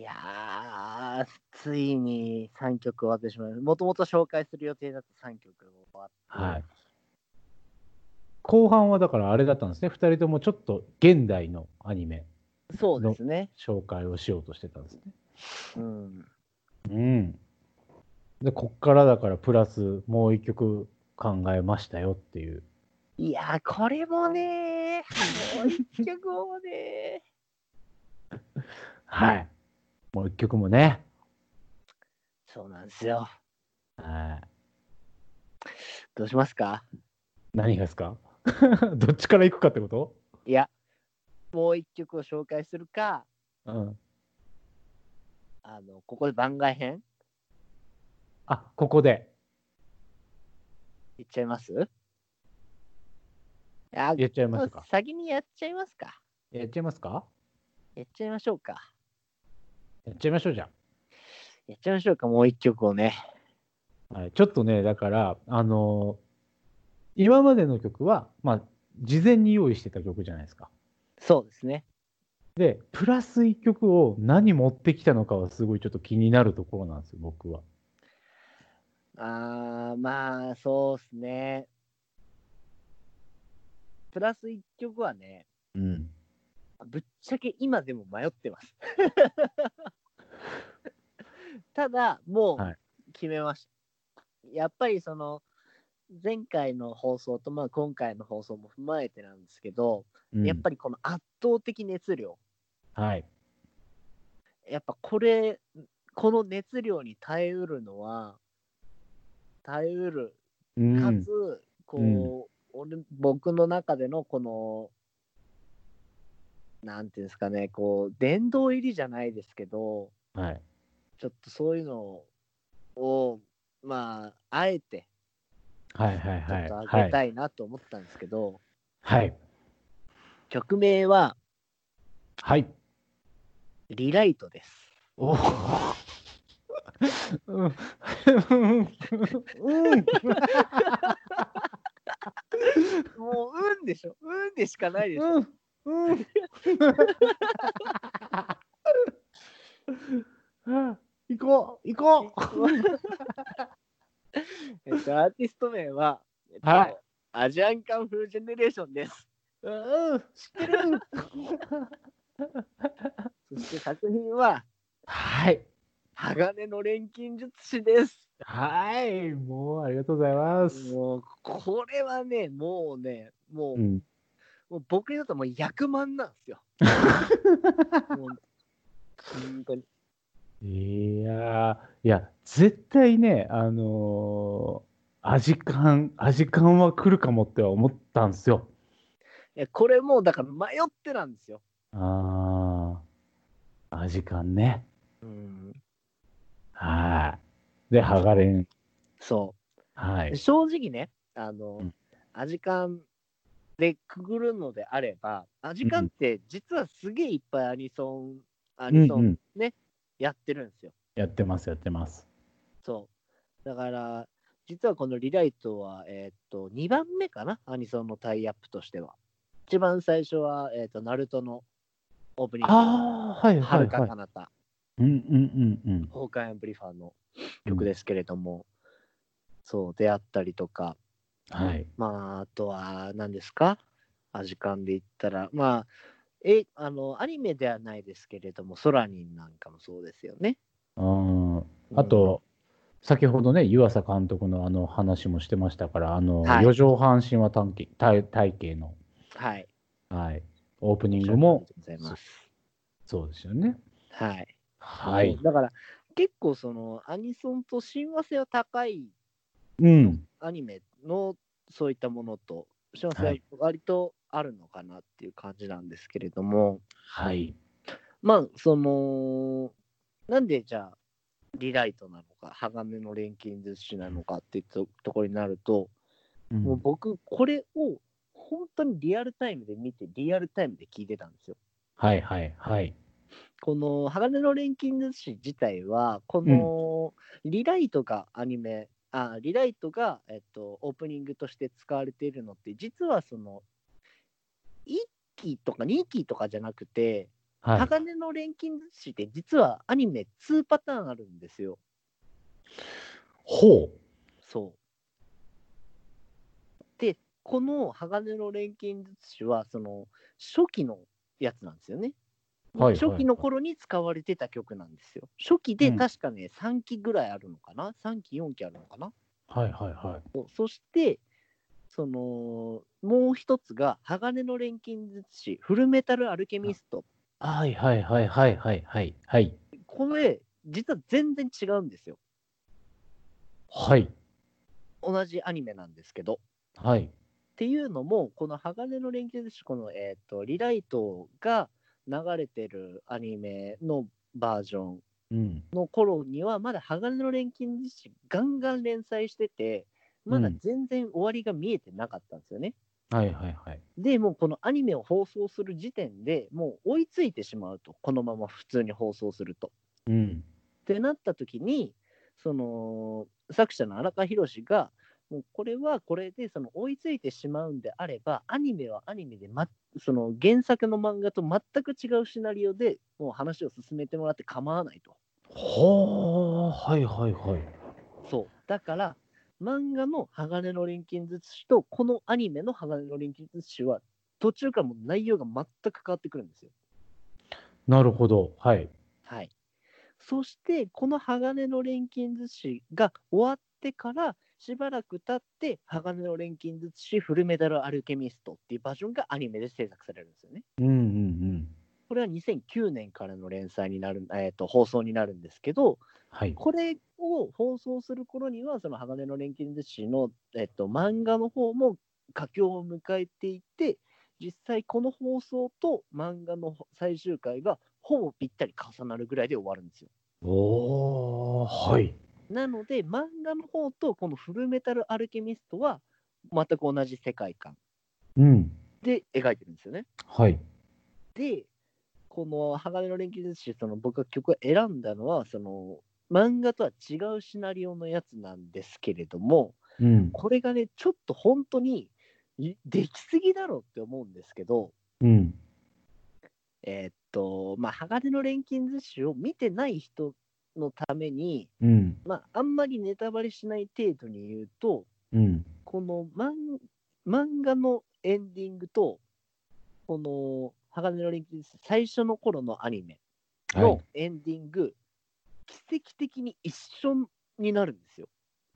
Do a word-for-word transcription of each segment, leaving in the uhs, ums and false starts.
いやー、ついにさんきょく終わってしまう。もともと紹介する予定だったさんきょく終わって。 はい。後半はだからあれだったんですね。ふたりともちょっと現代のアニメそうでのすね。 紹介をしようとしてたんですね。 うん。 うん。で、こっからだからプラスもう一曲考えましたよっていう。 いやー、これもねー、もう一曲もねはい。もう一曲もね。 ー。そうなんですよ。 はい。 どうしますか？ 何がですか？どっちから行くかってこと？ いや、もう一曲を紹介するか、 うん。 あの、ここで番外編あ、ここで。 いっちゃいます？いや、 やっちゃいますか。 先にやっちゃいますか。 やっちゃいますか。 やっちゃいましょうか。 やっちゃいましょうじゃん。 やっちゃいましょうか、もう一曲をね。 はい。ちょっとね、だから、あのー今までの曲は、まあ、事前に用意してた曲じゃないですか。 そうですね。 で、プラスいっきょくを何持ってきたのかはすごいちょっと気になるところなんですよ、僕は。 あー、まあ、そうですね。プラスいっきょくはね、 うん。 ぶっちゃけ今でも迷ってます。ただ、もはい。 う決めました。やっぱりその、前回の放送と、まあ、今回の放送も踏まえてなんですけど、 うん、 やっぱりこの圧倒的熱量、 はい。 やっぱこれ、この熱量に耐えうるのは、耐えうる、 うん。 かつ、こう、俺僕の中でのこの、なんていうんですかね、こう、殿堂入りじゃないですけど、 はい。 ちょっとそういうのを、まあ、あえて、 はいはいちょっはい。 とあげはい。 たいなと思ったんですけど、 はい。 曲名は、 はい。 リライトです。 おーうん。うん。 もう、運でしょ。運でしかないでしょ。 うん。うん。行こう行こうえっと、アーティスト名は、えっと、 はい。 アジアンカンフージェネレーションです。 うん、知ってるそして作品は、 はい。 鋼の錬金術師です。 はい。もう、ありがとうございます。 もう、これはね、もうね、もう、 うん。 もう僕にとってはもう役満なんですよ。もう、本当に。 いやー、いや、絶対ね、あのー味感、味感は来るかもっては思ったんですよ。 いやこれもうだから迷ってなんですよ。 ああ、味感ね。 うん。 はい。で、ハガレン。 そはい。 う。正直ね、あの、 うん。 味感でくぐるのであれば、味感っうん。 て実はすげえいっぱいアニソン、アうん。 ニソンうん。 ね、やってるんですよ。 やってます、やってます。 そう。だから、実はこのリライトは、えーっと、にばんめかな、アニソンのタイアップとしては。一番最初は、えーっと、ナルトのオープニング、 ああ、はい、はい、 はるかはい。 彼方、 うん、うん、うん、うん。 崩壊アンプリファーのうん曲ですけれども、そう、であったりとか、 はい。 まあ、あとは、何ですか、アジカンで言ったら、まあ、え、あの、アニメではないですけれども、ソラニンなんかもそうですよね。 うん。 うん、 あと、先ほどね、湯浅監督のあの話もしてましたから、あの、 はい、 四畳半神話体系体体系の、 はい、 はい、オープおっニングも、 しゃる通りでございまそす。 そうですよね。 はい。もう、 はい。 だから、結構その、アニソンと親和性は高いの、 うん。 アニメのそういったものと、親和性ははい。 割とあるのかなっていう感じなんですけれども、 はい。 まあ、その、なんでじゃあ、リライトなのか、鋼の錬金術師なのかっていうとところになると、もううん。 僕、これを本当にリアルタイムで見て、リアルタイムで聞いてたんですよ。 はい、はい、はい。 この鋼の錬金術師自体は、こうん。 のリライトがアニメ、あリライトが、えっと、オープニングとして使われているのって、実はそのいっきとかにきとかじゃなくて、 はい。 鋼の錬金術師って実はアニメにパターンあるんですよ。 ほう。 そう。で、この鋼の錬金術師は、その初期のやつなんですよね。 はい初期のはい。 頃に使われてた曲なんですよ。初期でうん。 確かね、さんきぐらいあるのかな ?さん 期、よんきあるのかな。 はいはいはい。 そうそして、その、もう一つが、鋼の錬金術師、フルメタルアルケミスト。 はいはいはいはいはいはいはい。 これ、実は全然違うんですよ。 はい。 同じアニメなんですけど。 はい。 っていうのも、この鋼の錬金術師、この、えっ、と、リライトが流れてるアニメのバージョンうん。 の頃には、まだ鋼の錬金術師ガンガン連載してて、まだうん。 全然終わりが見えてなかったんですよね。 はいはいはい。 で、もうこのアニメを放送する時点でもう追いついてしまうと。このまま普通に放送すると。 うん。 ってなった時に、その作者の荒川博が、もうこれはこれでその追いついてしまうんであれば、アニメはアニメで、ま、その原作の漫画と全く違うシナリオでもう話を進めてもらって構わないと。 ほう。はいはいはい。 そう。だから、漫画の鋼の錬金術師と、このアニメの鋼の錬金術師は、途中からもう内容が全く変わってくるんですよ。 なるほど。はい。 はい。そして、この鋼の錬金術師が終わってから、しばらく経って、鋼の錬金術師フルメタルアルケミストっていうバージョンがアニメで制作されるんですよね。 うんうんこれはにせんきゅうねんからの連載になる、えーと、放送になるんですけど、 はい。 これを放送する頃には、その鋼の錬金術師の、えっと、漫画の方も佳境を迎えていて、実際この放送と漫画の最終回がほぼぴったり重なるぐらいで終わるんですよ。 おー、はい。 なので、漫画の方とこのフルメタルアルケミストは全く同じ世界観うん。 で描いてるんですよね。 はい。 で、この鋼の錬金術師、その僕が曲を選んだのは、その漫画とは違うシナリオのやつなんですけれども、 うん。 これがね、ちょっと本当にいできすぎだろうって思うんですけど、 うん。 えーっと、まあ、鋼の錬金術師を見てない人のために、 うん。 まあ、あんまりネタバレしない程度に言うと、 うん。 この漫漫画のエンディングと、この鋼の錬金術師最初の頃のアニメはい。 のエンディング、奇跡的に一緒になるんですよ。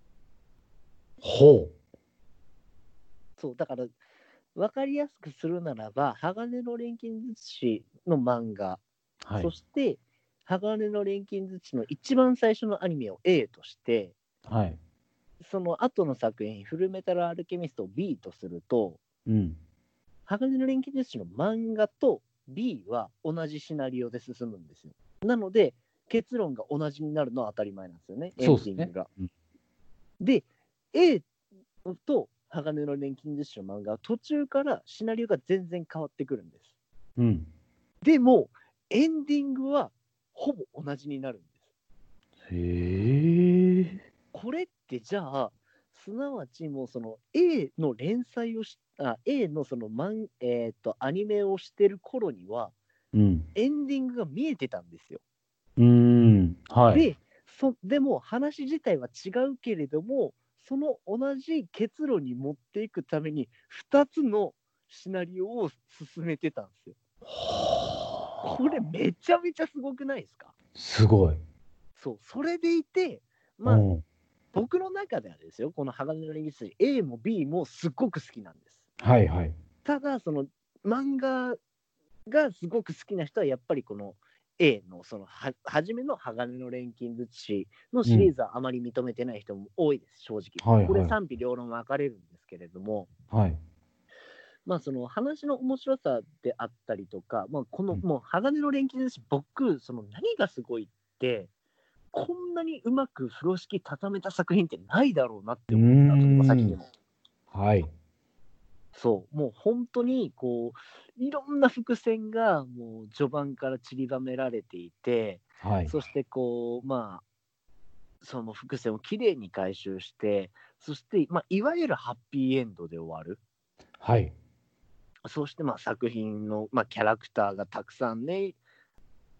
ほそう、だから、分かりやすくするならば、鋼の錬金術師の漫画、 う。はい。 そして鋼の錬金術師の一番最初のアニメを A として、 はい。 その後の作品、フルメタルアルケミストを B とすると、 うん。 鋼の錬金術師の漫画と B は同じシナリオで進むんですよ。なので、結論が同じになるのは当たり前なんですよね、エそうですね。 ンディングが。 うん。 で、A と鋼の錬金術師の漫画は途中からシナリオが全然変わってくるんです。 うん。 でも、エンディングはほぼ同じになるんです。 へえ。 これってじゃあ、すなわちもうその A の連載をし、あ A のそのマン、えーと、アニメをしてる頃には、 うん。 エンディングが見えてたんですよ。 うーん。はい。 で、そでも話自体は違うけれども、その同じ結論に持っていくために、ふたつのシナリオを進めてたんですよ。 はこれめちゃめちゃすごくないですか？ すごい。 そう、それでいて、まあ、 うん。 僕の中ではですよ、この鋼の錬金術師 A も B もすっごく好きなんです。 はいはい。 ただ、その漫画がすごく好きな人は、やっぱりこの A のそのは初めの鋼の錬金術師のシリーズはあまり認めてない人も多いです、正直。これはいはい。 賛否両論分かれるんですけれども、 はい。 まあその話の面白さであったりとか、まあ、このうん。 もう鋼の錬金術師、僕、その何がすごいって、こんなにうまく風呂敷畳めた作品ってないだろうなっうーて思ってた、とても先にん。 も。 はい。 そう、もう本当にこう、いろんな伏線がもう序盤から散りばめられていて、 はい。 そしてこう、まあ、その伏線をきれいに回収して、そして、まあ、いわゆるハッピーエンドで終わる。 はい。 そしてまあ作品の、まあ、キャラクターがたくさんね、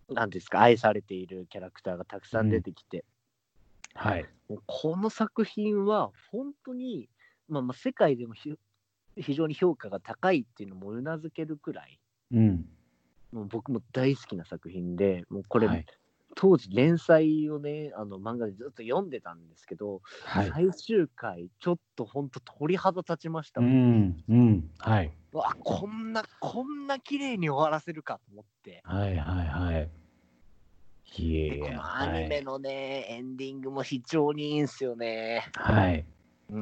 なんですか、愛されているキャラクターがたくさん出てきて、 はい。 もうこの作品は本当に、まあ、まあ世界でもひ非常に評価が高いっていうのもうなずけるくらい、 うん。 もう僕も大好きな作品で、もうこれ、 はい。 当時連載をね、あの漫画でずっと読んでたんですけど、 はい。 最終回、ちょっと本当鳥肌立ちましたうもん。 ん。うん。はい。 うわ、こんな、こんな綺麗に終わらせるかと思って。 はいはいはい。 で、 いや、 このアはい。 ニメのね、エンディングも非常にいいんすよね。 はい。 うん、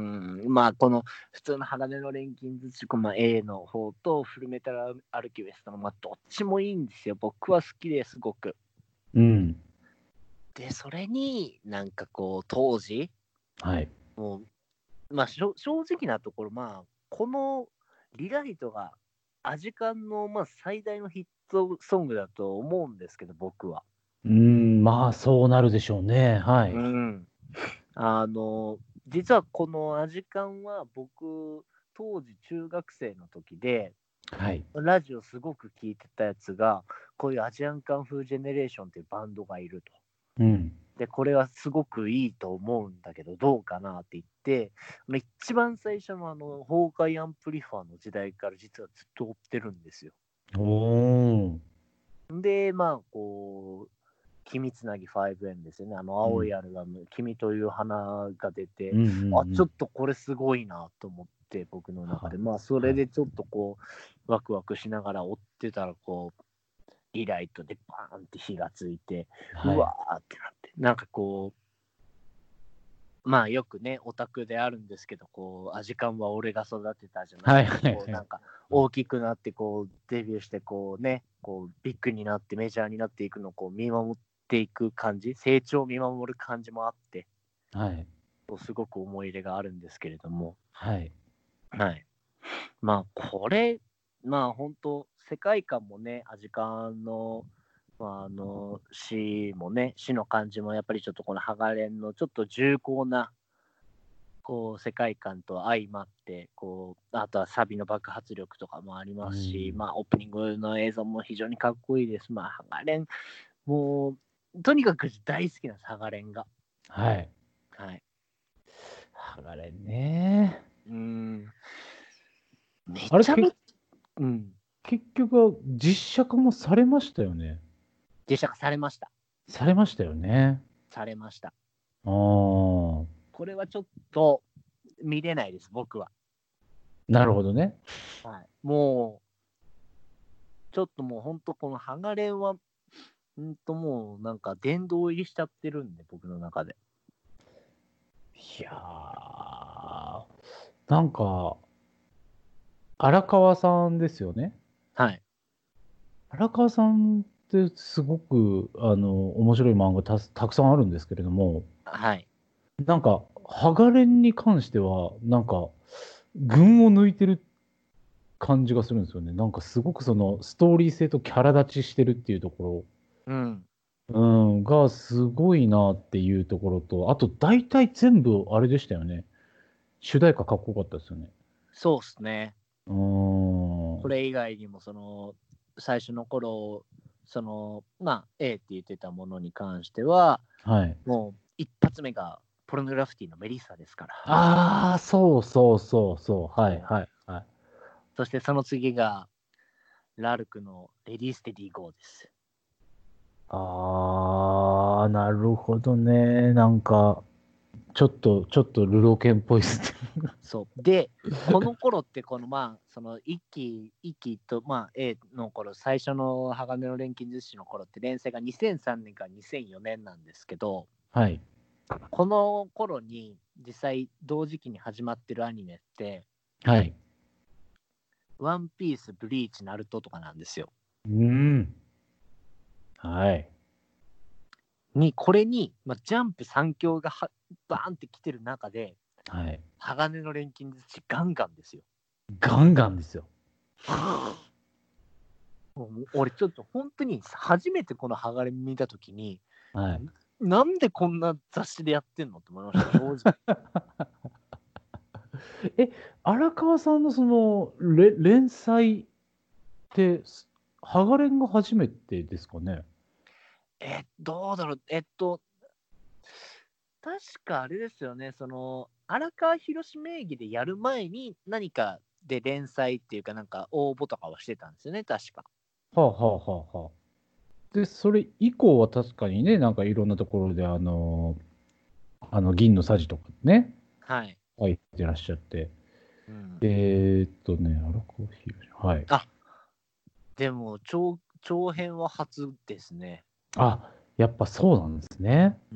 まあ、この普通の鋼の錬金術師、まあ、A の方とフルメタルアルキュエストの、まあ、どっちもいいんですよ。僕は好きです、すごく。 うん。 で、それになんかこう、当時、 はい。 もう、まあ、しょ正直なところ、まあ、このリライトがアジカンの、まあ、最大のヒットソングだと思うんですけど、僕は。 うーん、まあ、そうなるでしょうね。はうい。 ん。あの、実はこのアジカンは僕、当時中学生の時で、 はい。 ラジオすごく聞いてたやつが、こういうアジアンカンフージェネレーションっていうバンドがいると。 うん。 で、これはすごくいいと思うんだけど、どうかなって言って、一番最初のあの、崩壊アンプリファーの時代から実はずっと追ってるんですよ。 おー。 で、まあ、こう、君つなぎ ファイブエム ですよね。あの青いアルバム、君という花が出て、 うんうんあ、 うん。 ちょっとこれすごいなと思って、僕の中で。まあ、それでちょっとこう、ワクワクしながら追ってたら、こう、リライトでバーンって火がついて、 はい。 うわーってなって、なんかこう、まあよくね、オタクであるんですけど、こう、アジカンは俺が育てたじゃないはいけど、 はいはい。 こうなんか大きくなって、こう、デビューして、こうね、こう、ビッグになってメジャーになっていくのをこう見守っていく感じ、成長を見守る感じもあって、 はい。 すごく思い入れがあるんですけれども、 はい。 はい。まあ、これ、まあ本当、世界観もね、アジカンの、まあ、あの、詩もね、詩の感じもやっぱりちょっとこのハガレンのちょっと重厚な、こう、世界観と相まって、こう、あとはサビの爆発力とかもありますし、 うん。 まあ、オープニングの映像も非常にかっこいいです。まあ、ハガレン、もう、とにかく大好きなんです、ハガレンが。 はい。 はい。 剥がれね。 うーん。めあれ、けちゃめちゃ、うん。 結局は実写化もされましたよね。 実写化されました。 されましたよね。 されました。 ああ、 これはちょっと見れないです、僕は。 なるほどね。 はい。もう、ちょっともう本当このハガレンは、うんともうなんか殿堂入りしちゃってるんで、僕の中で。 いやー、なんか、荒川さんですよね。 はい。 荒川さんってすごく、あの、面白い漫画たすたくさんあるんですけれども、 はい。 なんか、ハガレンに関しては、なんか、群を抜いてる感じがするんですよね。なんかすごくそのストーリー性とキャラ立ちしてるっていうとこうん。 ろ、うん、がすごいなっていうところと、あと大体全部あれでしたよね。主題歌かっこよかったですよね。 そうっすね。 うーん。 これ以外にも、その、最初の頃、その、まあ、A って言ってたものに関しては、 はい。 もう一発目がポルノグラフィティのメリッサですから。 ああ、そうそうそうそう。はいそうはいはい。 そしてその次が、ラルクのレディーステディーゴーです。 ああ、なるほどね。なんか、ちょっと、ちょっとルロケンっぽいですね。 そう。で、この頃って、このまあ、その一期、一期と、まあ、A の頃、最初の鋼の錬金術師の頃って連載がにせんさんねんからにせんよねんなんですけど、 はい。 この頃に実際同時期に始まってるアニメって、 はい。 ワンピース、ブリーチ、ナルトとかなんですよ。 うーん。はい。 に、これに、まあ、ジャンプさん強がはバーンって来てる中で、 はい。 鋼の錬金術師ガンガンですよ。 ガンガンですよ。 もう俺ちょっと本当に初めてこの鋼見たときに、 はい。 なんでこんな雑誌でやってんのって思いました、正直。 え、荒川さんのその、れ連載って、すハガレンが初めてですかね？ え、どうだろう、えっと、確かあれですよね、その、荒川博名義でやる前に何かで連載っていうか、なんか応募とかはしてたんですよね、確か。 はあはあはあはあ。で、それ以降は確かにね、なんかいろんなところで、あの、あの銀のさじとかね、 はい。 書いてらっしゃって。 うん、 えーっとね、荒川博はい。 あ、でも長、長編は初ですね。 あ、やっぱそうなんですね。 うん、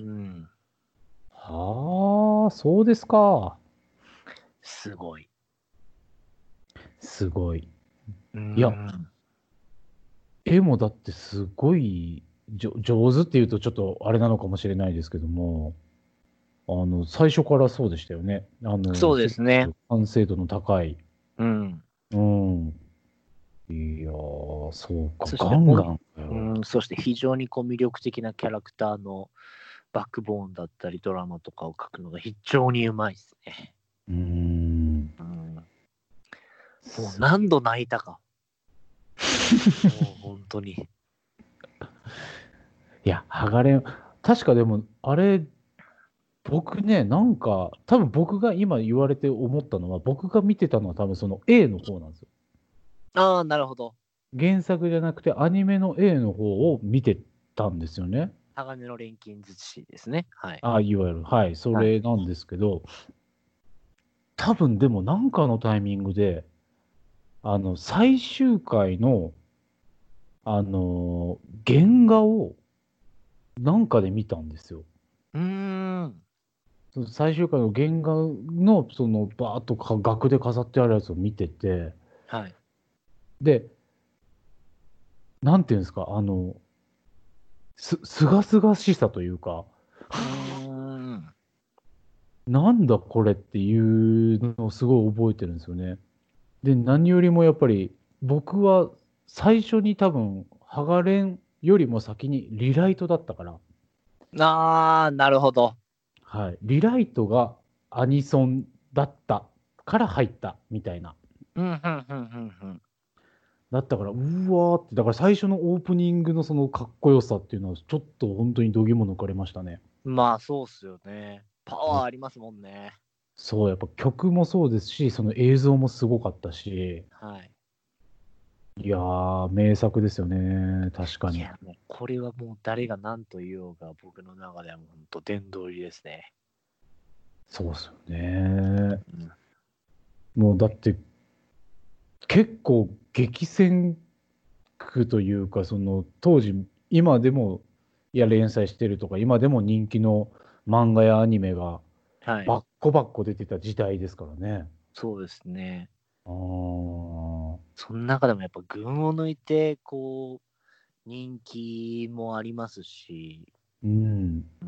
はあ、そうですか。 すごい。 すごい。 ういや、 ん、 絵もだってすごいじょ上手っていうとちょっとあれなのかもしれないですけども、あの、最初からそうでしたよね。あの、 そうですすね。 ごく完成度の高い。 うん。 うん。いやー、そうか、 そしてほん、 ガンガンかよ。 うん、そして非常にこう魅力的なキャラクターのバックボーンだったりドラマとかを描くのが非常にうまいですね。 うーん。 うん、もう何度泣いたか。もう本当に。 いや、ハガレン、確かでも、あれ、僕ね、なんか、多分僕が今言われて思ったのは、僕が見てたのは多分その A の方なんですよ。 ああ、なるほど。 原作じゃなくてアニメの A の方を見てたんですよね。 鋼の錬金術師ですね。はい。 あ、いわゆる、はい、そはい。 れなんですけど、多分でもなんかのタイミングで、あの、最終回の、あのー原画をなんかで見たんですよ。 うーん。 その最終回の原画の、その、バーッとか額で飾ってあるやつを見てて、 はい。 で、なんていうんですか、あの、す、すがすがしさというか、 うーん。 なんだこれっていうのをすごい覚えてるんですよね。で、何よりもやっぱり、僕は最初に多分、ハガレンよりも先にリライトだったから、 ああ、なるほど。 はい、リライトがアニソンだったから入ったみたいな。 うん、ふんふんふんふん。 だったから、うわーって、だから最初のオープニングのそのかっこよさっていうのは、ちょっと本当に度肝抜かれましたね。 まあ、そうっすよね。パワーやありますもんね。 そう、やっぱ曲もそうですし、その映像もすごかったし、 はい。 いやー、名作ですよね、確かに。 いや、もうこれはもう誰が何と言おうが、僕の中ではもう本当殿堂入りですね。 そうですよね。 うん。 もうだって、結構激戦区というか、その当時、今でも、いや、連載してるとか、今でも人気の漫画やアニメがはい。 バッコバッコ出てた時代ですからね。 そうですね。 あーその中でもやっぱ群を抜いて、こう、人気もありますし、 うん。 うん。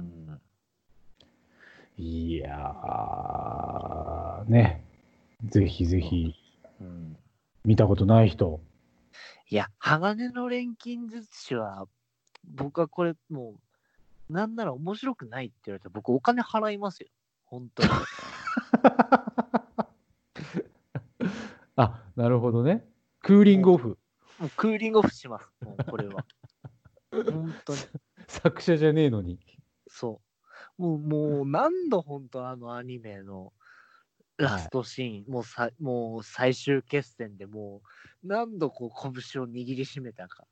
いやー、ね。ぜひぜひ、 うん、 見たことない人。 いや、鋼の錬金術師は、僕はこれもう、なんなら面白くないって言われたら、僕お金払いますよ。本当に。 あ、なるほどね。クーリングオフ。 もうクーリングオフします。もうこれは。本当に。 作者じゃねえのに。 そう。もう、もう何度本当あのアニメのラはい。 ストシーン、もうさもう最終決戦でもう何度こう拳を握りしめたか。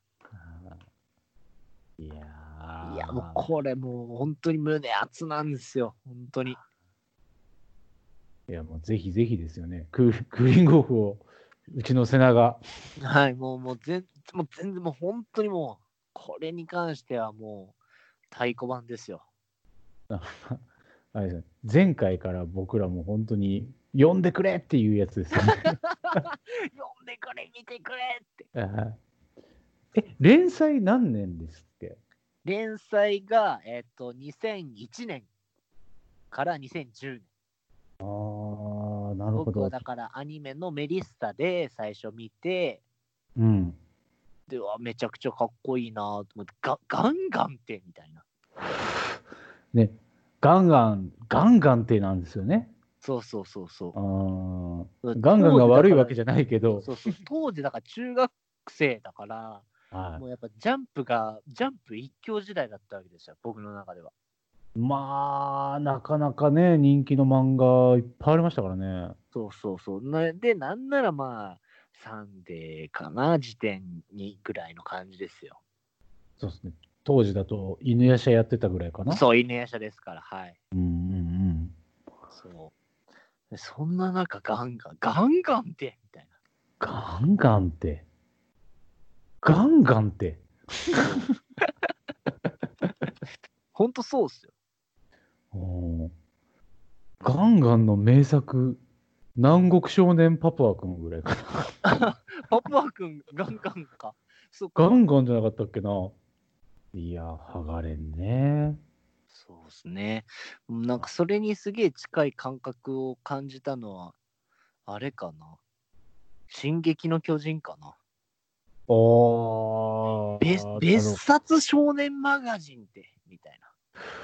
いやいや、もうー。 これもう本当に胸熱なんですよ。本当に。 いや、もうぜひぜひですよね。クー、クーリングオフを、うちの瀬名が。 はい、もうもう全もう全然もう本当にもう、これに関してはもう太鼓判ですよ。 ああれですね、前回から僕らも本当に、呼んでくれっていうやつですよね。 読んでくれ、見てくれって。 あえ、連載何年ですっけ？ 連載が、えっと、にせんいちねんからにせんじゅうねん。 ああ、なるほど。 僕はだからアニメのメリッサで最初見て、 うん。 ではめちゃくちゃかっこいいなと思って、ガガンガンってみたいな。 ね、ガンガン、ガンガンってなんですよね。 そうそうそうそあーう。 ガンガンが当時だから、 悪いわけじゃないけど、 そうそう、当時だから中学生だから、 はもうやっぱジャンプが、ジャンプ一強時代だったわけですよ、僕の中では。 い。まあ、なかなかね、人気の漫画いっぱいありましたからね。 そうそうそう。なで、なんならまあ、サンデーかな、時点にぐらいの感じですよ。 そうですね。当時だと犬夜叉やってたぐらいかな。 そう、犬夜叉ですから、はい。 うんうんうん。 そう。でそんな中、ガンガン、ガンガンって、みたいな。 ガンガンって。ガンガンって。 ほんとそうっすよ。 おーガンガンの名作、南国少年パプア君ぐらいかな。 パプア君、ガンガンか。そっか。 ガンガンじゃなかったっけな。いや、ハガレンね。 そうですね。なんかそれにすげえ近い感覚を感じたのは、あれかな。進撃の巨人かな。 お別ー、 別あの、 冊少年マガジンって、みたいな。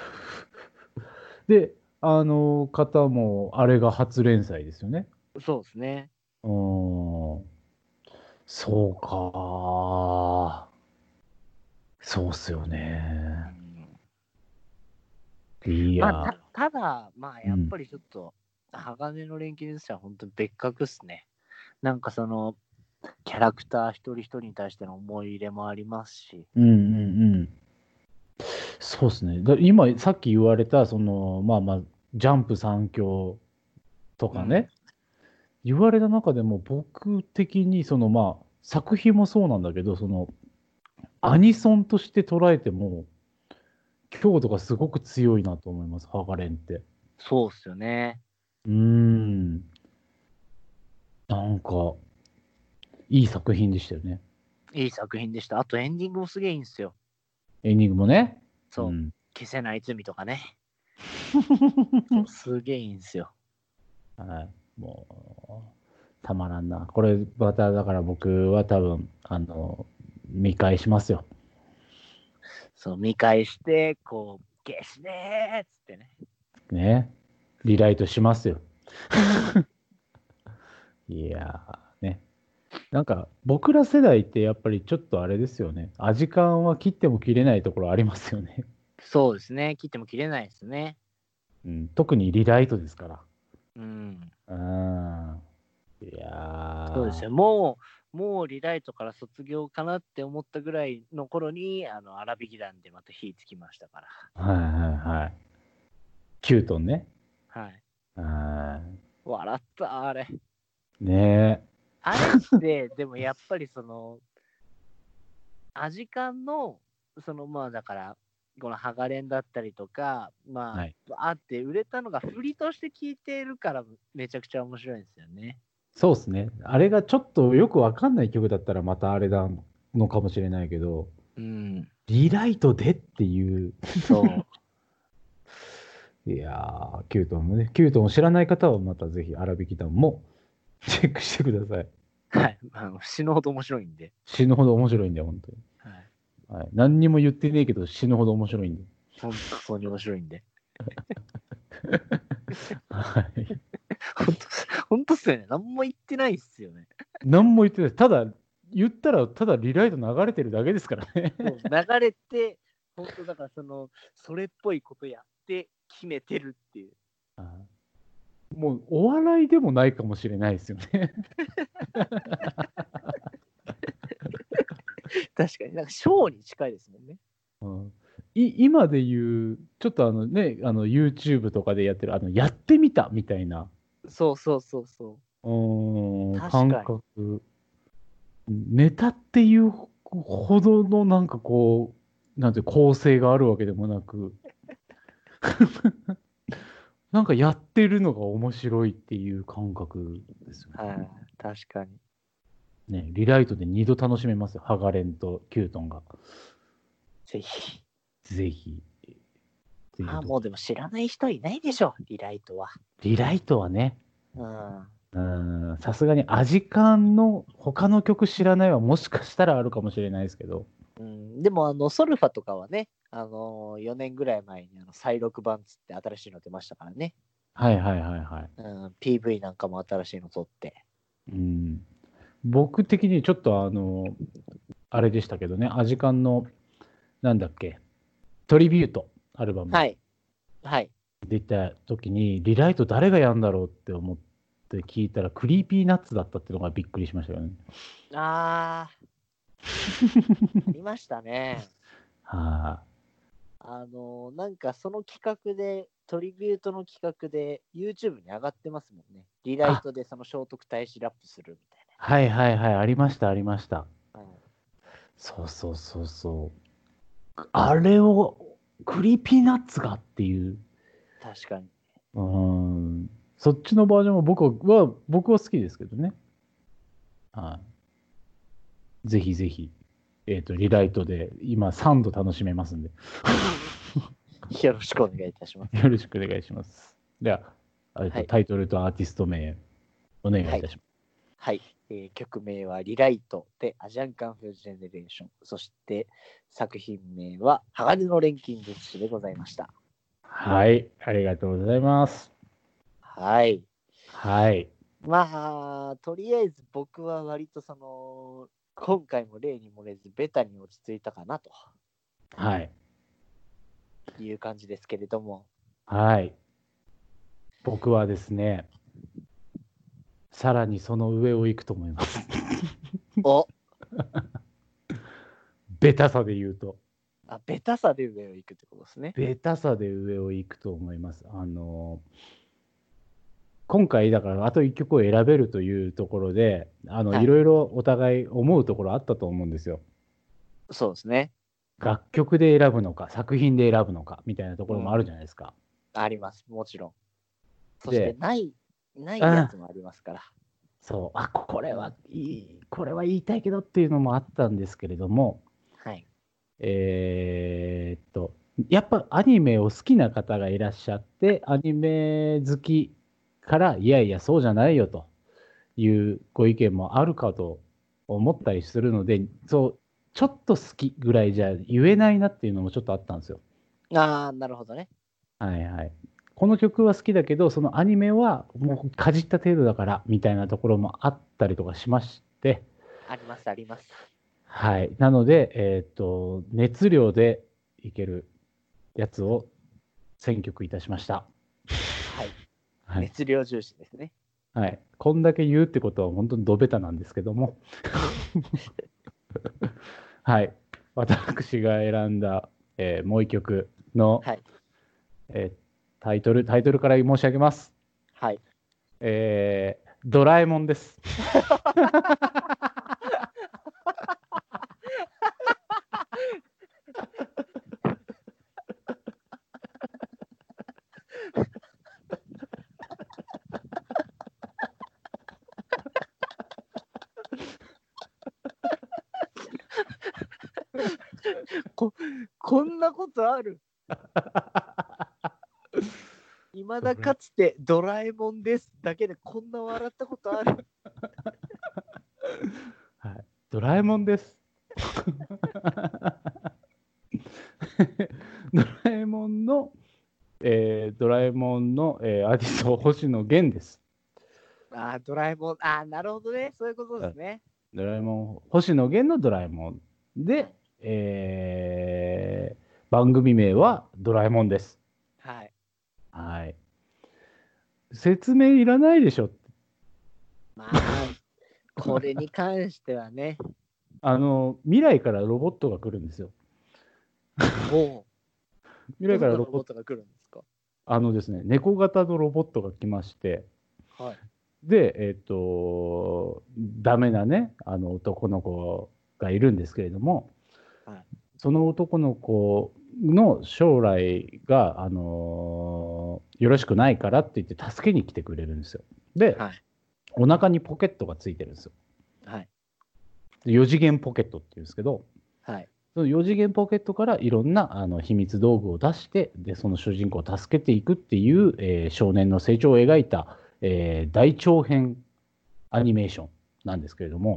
で、あの方も、あれが初連載ですよね。 そうですね。 うーん、そうか。そうっすようね。 ん、 いや、 まあ、たただ、まあ、 うん。 やっぱりちょっと、鋼の錬金術師は本当に別格っすね。なんかその、キャラクター一人一人に対しての思い入れもありますし。 うんうんうん。そうですね。だ今、さっき言われた、その、まあまあ、ジャンプ三強とうん。 かね、言われた中でも僕的にそのまあ作品もそうなんだけどそのアニソンとして捉えても強度がすごく強いなと思いますハガレンって。 そうっすよね。 うーんなんかいい作品でしたよね。 いい作品でした。あとエンディングもすげえいいんですよ。 エンディングもね。うそう。 ん。 消せない罪とかね。そう、すげえいいんですよ。 はい、もうたまらんなこれまただから僕は多分あの見返しますよ。 そう、見返して、こう、消しねーっつってね。 ねリライトしますよ。いやーねなんか僕ら世代ってやっぱりちょっとあれですよね。アジカンは切っても切れないところありますよね。 そうですね。切っても切れないですね。 うん、特にリライトですから。 うん。 うん。いやそうですよ。もう、もうリライトから卒業かなって思ったぐらいの頃に、あの、荒引き団でまた火つきましたから。 ー、はいはいはい。キュートンね。 はい。 は笑った、あれ。 い。ねあれって、でもやっぱりその、アジカンの、そのまあだから、このハガレンだったりとか、 え。 まあ、 はい。 バーって売れたのが振りとして聞いているからめちゃくちゃ面白いんですよね。 そうですね。あれがちょっとよくわかんない曲だったらまたあれだのかもしれないけど、 うん。 リライトでっていう。 そいやー、キュートンもね。キュートンを知らない方はまたぜひ荒引き団もチェックしてください。 う。はい。あの死ぬほど面白いんで。 死ぬほど面白いんだよ、本当に。 はい。 はい。何にも言ってねえけど死ぬほど面白いんで。 本当に面白いんで。 はい。 本当、本当っすよね。何も言ってないっすよね。 何も言ってない。ただ、言ったらただリライト流れてるだけですからね。 そう流れて、本当だからその、それっぽいことやって決めてるっていう。 はいもうお笑いでもないかもしれないですよね。 確かに、なんかショーに近いですもんね。 うんい今で言う、ちょっとあのね、あの YouTube とかでやってる、あの、やってみたみたいな、 そうそうそうそう。 うーん、感確かに。 覚。ネタっていうほどのなんかこう、なんて構成があるわけでもなく、なんかやってるのが面白いっていう感覚ですよね。 はい、確かに。 ね、リライトで二度楽しめますよ。ハガレンとキュートンが。 ぜひ。 ぜひ。ぜひまあもうでも知らない人いないでしょ、リライトは。 リライトはね、 うん。 うーん、さすがにアジカンの他の曲知らないはもしかしたらあるかもしれないですけど。 うん、でもあの、ソルファとかはね、あのー、よねんぐらい前にあの再録版つって新しいの出ましたからね。 はいはいはいはい。 うん、ピーブイ なんかも新しいの撮って。 うん、僕的にちょっとあの、 あれでしたけどね、アジカンの、なんだっけ、トリビュートアルバムはい。はい。 出た時に、リライト誰がやるんだろうって思って聞いたら、クリーピーナッツだったっていうのがびっくりしましたよね。 あー、ありましたね。 はあのーなんかその企画で、トリビュートの企画で YouTube に上がってますもんね。リライトでその聖徳太子ラップするみたいあ、はいはいはい、ありました、ありました。 な。はい、 そうそうそうそう。あれを、クリーピーナッツがっていう、 確かに。 うーん、そっちのバージョンも僕は、僕は好きですけどね。はい。ぜひぜひ、えっと、リライトで今さんど楽しめますんで、 よろしくお願いいたします。 よろしくお願いします。では、えっとはいタイトルとアーティスト名、お願いいたします。 はい、えー曲名はリライトでアジャンカンフージェネレーション。そして作品名は鋼の錬金術師でございました。 はい、ありがとうございます。 はい。 はい。 まあ、とりあえず僕は割とその、今回も例に漏れずベタに落ち着いたかなとはい。 いう感じですけれども。 はい。僕はですね、さらにその上を行くと思います。 おベタさで言うと。 あ、ベタさで上を行くってことですね。 ベタさで上を行くと思います。あの今回だからあといっきょくを選べるというところで、あの、 はいいろいろお互い思うところあったと思うんですよ。 そうですね。 楽曲で選ぶのか、作品で選ぶのかみたいなところもあるじゃないですか。 あります。もちろん。そでしてない、ないやつもありますから。 そう、あ、これはいい、これは言いたいけどっていうのもあったんですけれども、 はい。 えーっと、やっぱアニメを好きな方がいらっしゃって、アニメ好きから、いやいや、そうじゃないよというご意見もあるかと思ったりするので、そう、ちょっと好きぐらいじゃ言えないなっていうのもちょっとあったんですよ。 ああ、なるほどね。 はいはい。この曲は好きだけど、そのアニメはもうかじった程度だからみたいなところもあったりとかしまして、 あります、あります。 はい。なので、えっと、熱量でいけるやつを選曲いたしました。 はい。 はい。 熱量重視ですね。 はい。こんだけ言うってことは本当にドベタなんですけども。はい。私が選んだ、えーもう一曲の、 はい。 えータイトル、タイトルから申し上げます。 はい。 えードラえもんです。 ここんなことあるいまだかつてドラえもんですだけでこんな笑ったことあるはい、ドラえもんです。ドラえもんの、えードラえもんの、えーアーティスト、星野源です。 あードラえもん、あーなるほどね。そういうことですね。 ドラえもん、星野源のドラえもんで、えー番組名はドラえもんです。 はい。 はい。説明いらないでしょ。 まあ、これに関してはね。 あの、未来からロボットが来るんですよ。 も未来う、どんなからロボット、 ロボットが来るんですか？ あのですね、猫型のロボットが来まして、 はい。 で、えっと、ダメなね、あの男の子がいるんですけれども、 はい。 その男の子の将来が、あのよろしくないからって言って助けに来てくれるんですよ。で、 はい。 お腹にポケットがついてるんですよ。 はい。 よ次元ポケットっていうんですけど、 はい。 そのよ次元ポケットからいろんなあの秘密道具を出して、でその主人公を助けていくっていう、えー少年の成長を描いた、えー大長編アニメーションなんですけれども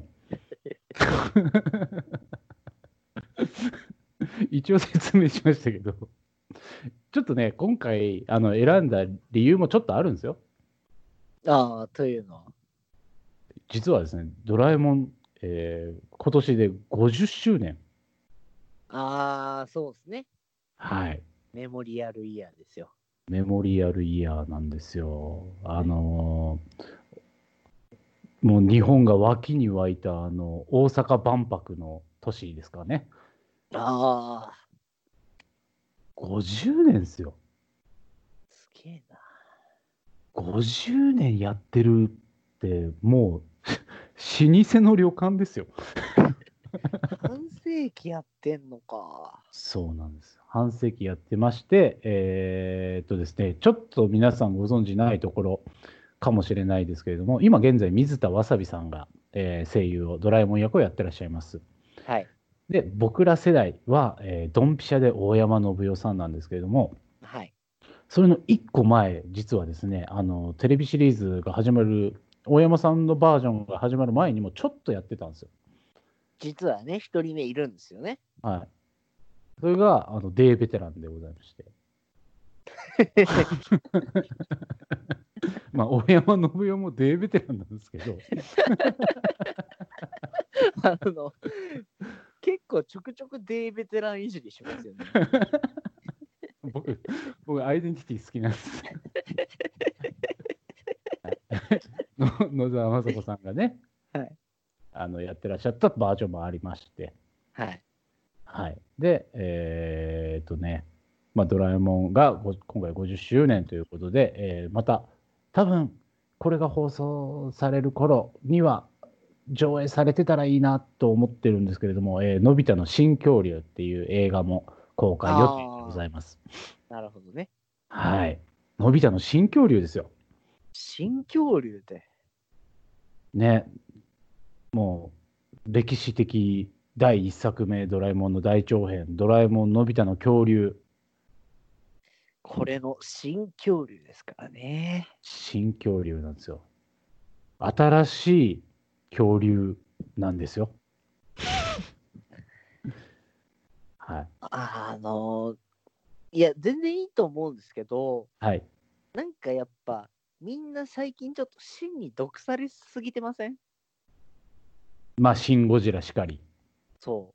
一応説明しましたけど、ちょっとね、今回あの選んだ理由もちょっとあるんですよ。 ああ、というのは。 実はですね、ドラえもんえー今年でごじゅっしゅうねん。 ああ、そうですね。 はい。 メモリアルイヤーですよ。 メモリアルイヤーなんですよ。あのーもう日本が湧きに湧いたあの大阪万博の年ですからね。 ああ、 ごじゅうねんですよ。 すげえな。 ごじゅうねんやってるって、もう老舗の旅館ですよ。 半世紀やってんのか。 そうなんです。半世紀やってまして、えーっとですね、ちょっと皆さんご存知ないところかもしれないですけれども、今現在、水田わさびさんが、えー声優を、ドラえもん役をやってらっしゃいます。 はい。 で、僕ら世代は、えードンピシャで大山信代さんなんですけれども、 はい。 それのいっこまえ、実はですね、あの、テレビシリーズが始まる、大山さんのバージョンが始まる前にもちょっとやってたんですよ。 実はね、一人目いるんですよね。 はい。それが、あの、デーベテランでございまして。まあ、大山信代もデーベテランなんですけど、 あの、結構ちょくちょくデーベテランいじりしますよね。 僕、僕、アイデンティティ好きなんです。の野沢雅子さんがね、 はい。 あのやってらっしゃったバージョンもありまして、 はい。 はい。で、えーっとね、まあ、ドラえもんがご今回ごじゅっしゅうねんということで、えーまた、多分これが放送される頃には上映されてたらいいなと思ってるんですけれども、えーのび太の新恐竜っていう映画も公開予定でござあいます。 あ、なるほどね。 はい。のび太の新恐竜ですよ。 新恐竜で。 ね、もう歴史的だいいっさくめ、ドラえもんの大長編、ドラえもんのび太の恐竜、 これの新恐竜ですからね。 新恐竜なんですよ。新しい恐竜なんですよ。はい。 あの、いや、全然いいと思うんですけど、 はい。 なんかやっぱ、みんな最近ちょっと真に毒されすぎてません？ まあ、シン・ゴジラしかり。 そう。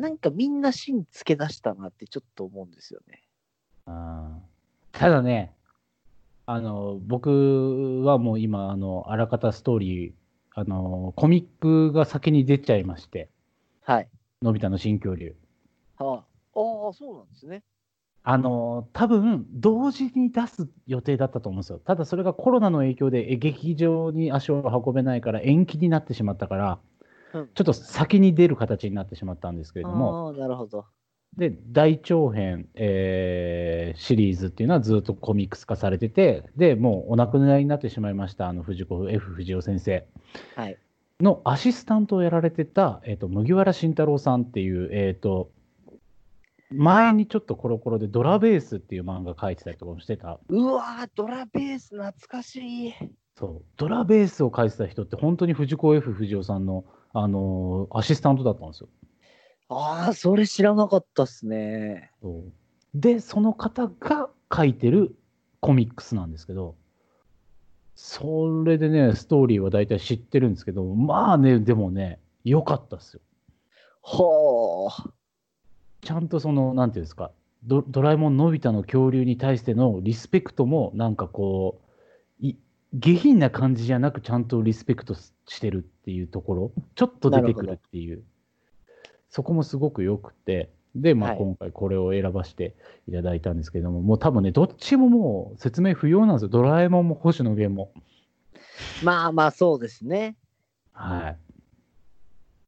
なんかみんな芯つけ出したなってちょっと思うんですよね。 あーただね、あの、僕はもう今、あの、あらかたストーリー、あの、コミックが先に出ちゃいまして、 はい。 のび太の新恐竜。 はあ、ああ、そうなんですね。 あの、多分同時に出す予定だったと思うんですよ。ただそれがコロナの影響でえ劇場に足を運べないから延期になってしまったから、 うん。 ちょっと先に出る形になってしまったんですけれども、 ああ、なるほど。 で、大長編、えーシリーズっていうのはずっとコミックス化されてて、で、もうお亡くなりになってしまいました、あの藤子 F 不二雄先生はい。 のアシスタントをやられてた、えーと、麦わら慎太郎さんっていう、えーと、前にちょっとコロコロでドラベースっていう漫画描いてたりとかもしてた。 うわー、ドラベース懐かしい。 そう、ドラベースを描いてた人って本当に藤子 F 不二雄さんの、あのーアシスタントだったんですよ。 ああ、それ知らなかったっすね。 そうで、その方が書いてるコミックスなんですけど、それでね、ストーリーは大体知ってるんですけど、まあね、でもね、良かったっすよ。 ほー。 ちゃんとその、なんていうんですか、ド、ドラえもんのび太の恐竜に対してのリスペクトも、なんかこう、い下品な感じじゃなく、ちゃんとリスペクトしてるっていうところ、ちょっと出てくるなるほど。 っていう、そこもすごく良くて、で、まあ、 はい。 今回これを選ばせていただいたんですけども、もう多分ね、どっちももう説明不要なんですよ。ドラえもんも星野源も。 まあまあ、そうですね。 はい。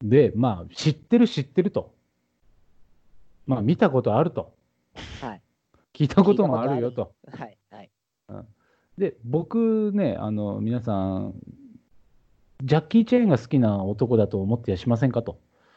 で、まあ、知ってる知ってると。まあ、見たことあると。 はい。 聞いたこ聞いたともあことある。 るよと。 はい。はい。 うん、で、僕ね、あの、皆さん、ジャッキー・チェーンが好きな男だと思ってやしませんかと。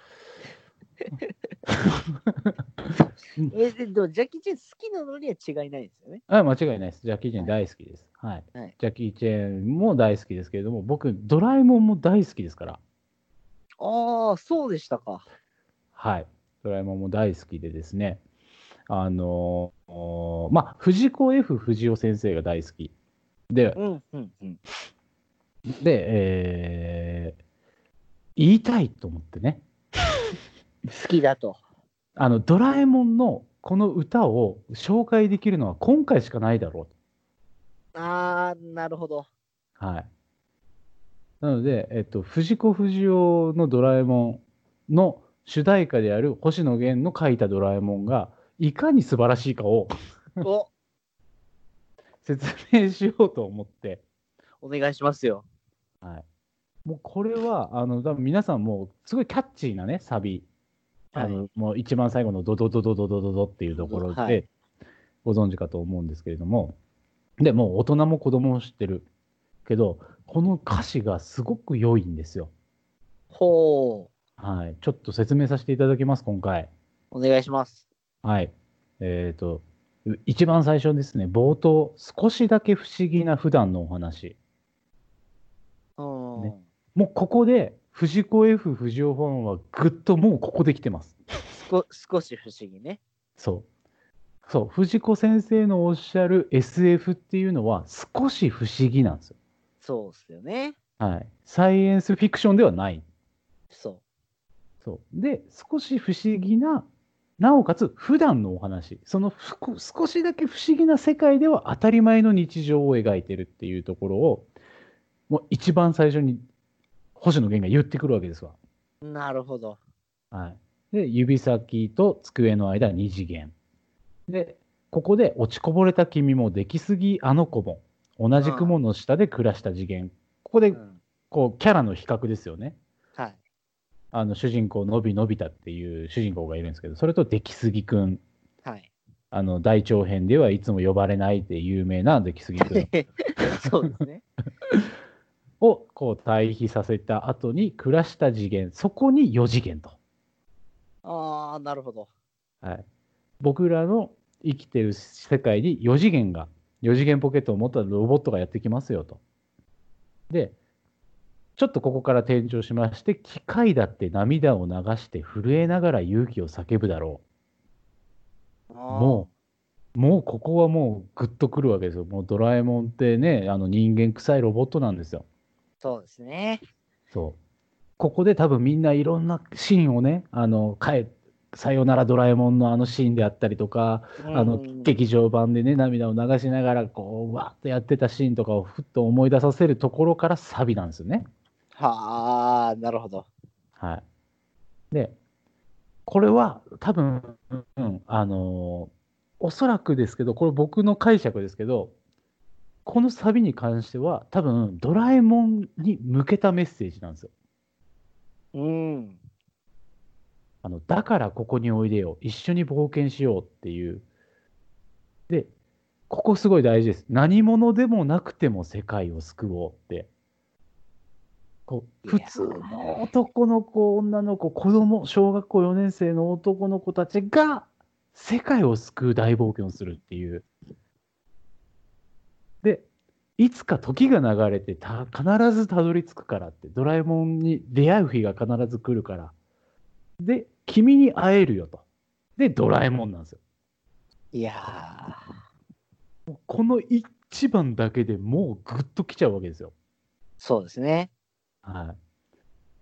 うんえ、ででも、ジャッキー・チェン好きなのには違いないですよね。 あ間違いないです。ジャッキー・チェーンはい。 大好きです。はい。 はい。 ジャッキー・チェーンも大好きですけれども、僕、ドラえもんも大好きですから。 ああ、そうでしたか。 はい。ドラえもんも大好きでですね、あのーまあ、藤子 F 不二雄先生が大好き。で、 うん、うん、うん。 で、えー言いたいと思ってね。 好きだと。 あの、ドラえもんのこの歌を紹介できるのは今回しかないだろあー、なるほど。 う。はい。なので、えっと、藤子不二雄のドラえもんの主題歌である星野源の書いたドラえもんがいかに素晴らしいかをお、 説明しようと思って、 お願いしますよ。 はい。もうこれは、あの、多分皆さんもうすごいキャッチーなね、サビ。あはい。 の、もう一番最後のドドドドドドドドっていうところはいでご存知かと思うんですけれども、で、もう大人も子供も知ってるけど、この歌詞がすごく良いんですよ。 ほはい。ちょっと説明させていただきます、今回。 う。お願いします。 はい。えっと、一番最初ですね、冒頭、少しだけ不思議な普段のお話。 うね。 ん。 もうここで、藤子 F 不二雄ファンはぐっともうここで来てます。 すこ少し不思議ね。 そう。そう。藤子先生のおっしゃる エスエフ っていうのは少し不思議なんですよ。 そうっすよね。 はい。サイエンスフィクションではない。 そそう。で、少し不思議な、なおかつ普段のお話。そのふこ少しだけ不思議な世界では当たり前の日常を描いてるっていうところを、もう一番最初に星野源が言ってくるわけですわ。 う。なるほど。 はい。で、指先と机の間二次元。で、ここで落ちこぼれた君も出来すぎあの子も同じ雲の下で暮らした次元。ここでうん。 こうキャラの比較ですよね。 はい。 あの主人公のびのび太っていう主人公がいるんですけど、それと出来すぎくん。 はい。 あの大長編ではいつも呼ばれないで有名な出来すぎくんそうですね。 をこう対比させた後に暮らした次元、そこによ次元と。 ああ、なるほど。 はい、僕らの生きてる世界によ次元が、よ次元ポケットを持ったロボットがやってきますよと。で、ちょっとここから転調しまして、機械だって涙を流して震えながら勇気を叫ぶだろう。もう、もうここはもうグッとくるわけですよ。もうドラえもんってね、あの人間臭いロボットなんですよ。 そうですね。 そう。ここで多分みんないろんなシーンをね、あの、帰さよならドラえもんのあのシーンであったりとか、 うあの、 ん。 劇場版でね、涙を流しながら、こう、わーっとやってたシーンとかをふっと思い出させるところからサビなんですよね。 はあ、なるほど。 はい。で、これは多分、うん、あのーおそらくですけど、これ僕の解釈ですけど、このサビに関しては多分ドラえもんに向けたメッセージなんですよ。 うん。 あの、だからここにおいでよ。一緒に冒険しようっていう。で、ここすごい大事です。何者でもなくても世界を救おうって。こう普通の男の子、女の子、子供、小学校よねん生の男の子たちが世界を救う大冒険をするっていう。で、いつか時が流れてた必ずたどり着くからって、ドラえもんに出会う日が必ず来るから。で、君に会えるよと。で、ドラえもんなんですよ。 いやこの一番だけでもうグッときちゃうわけですよ。 そうですね。 はい。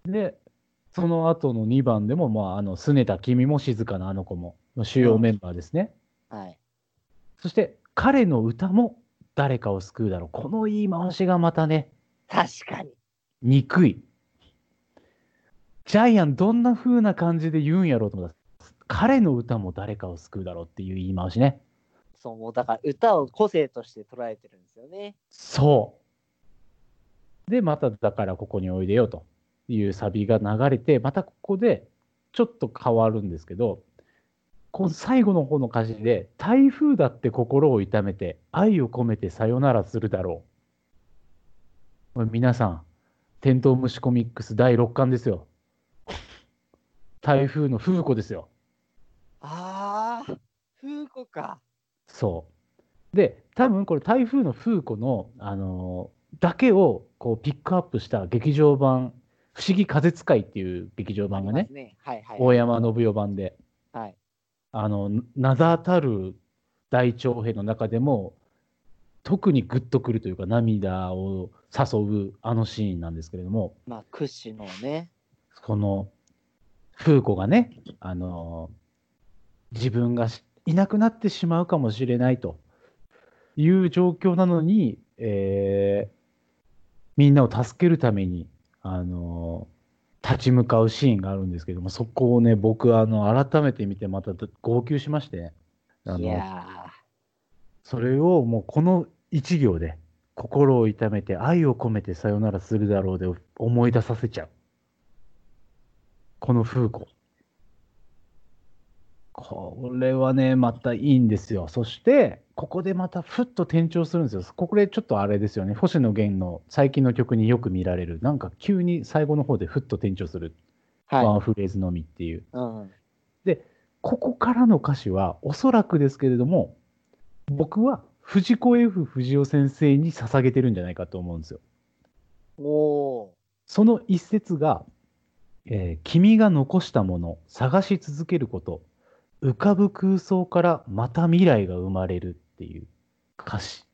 で、その後のにばんでも、まあ、あの、拗ねた君も静かなあの子も、主要メンバーですね。 うん、はい。 そして、彼の歌も誰かを救うだろう。この言い回しがまたね、 確かに。 憎い。ジャイアン、どんな風な感じで言うんやろうと思ったら、彼の歌も誰かを救うだろうっていう言い回しね。 そう、もうだから歌を個性として捉えてるんですよね。 そう。で、また、だからここにおいでよというサビが流れて、またここでちょっと変わるんですけど、この最後の方の歌詞で、台風だって心を痛めて、愛を込めてさよならするだろう。これ皆さん、テントウムシコミックスだいろっかんですよ。台風の風子ですよ。 ああ、風子か。 そう。で、多分これ台風の風子の、あのーだけをこうピックアップした劇場版、不思議風使いっていう劇場あ版がね、 りますね。はいはい、 大山信代版で、 はい。 あの、名だたる大長編の中でも、特にグッとくるというか、涙を誘うあのシーンなんですけれども、 まあ、屈指のね。 このフーコがね、あの自分がいなくなってしまうかもしれないという状況なのに、えーみんなを助けるために、あの立ち向かうシーンがあるんですけども、そこをね、僕、あの、改めて見て、また号泣しましてね、あいの、 やそれをもうこの一行で、心を痛めて愛を込めてさよならするだろうで思い出させちゃう。この風子。これはね、またいいんですよ。そして、ここでまたふっと転調するんですよ。ここでちょっとあれですよね。星野源の最近の曲によく見られる、なんか急に最後の方でふっと転調する。 ー、はい。 ワンフレーズのみっていう。 うん。 で、ここからの歌詞は、おそらくですけれども、僕は藤子 F 不二雄先生に捧げてるんじゃないかと思うんですよ。 おー。 その一節が、えー君が残したもの、探し続けること、浮かぶ空想からまた未来が生まれるっていう歌詞。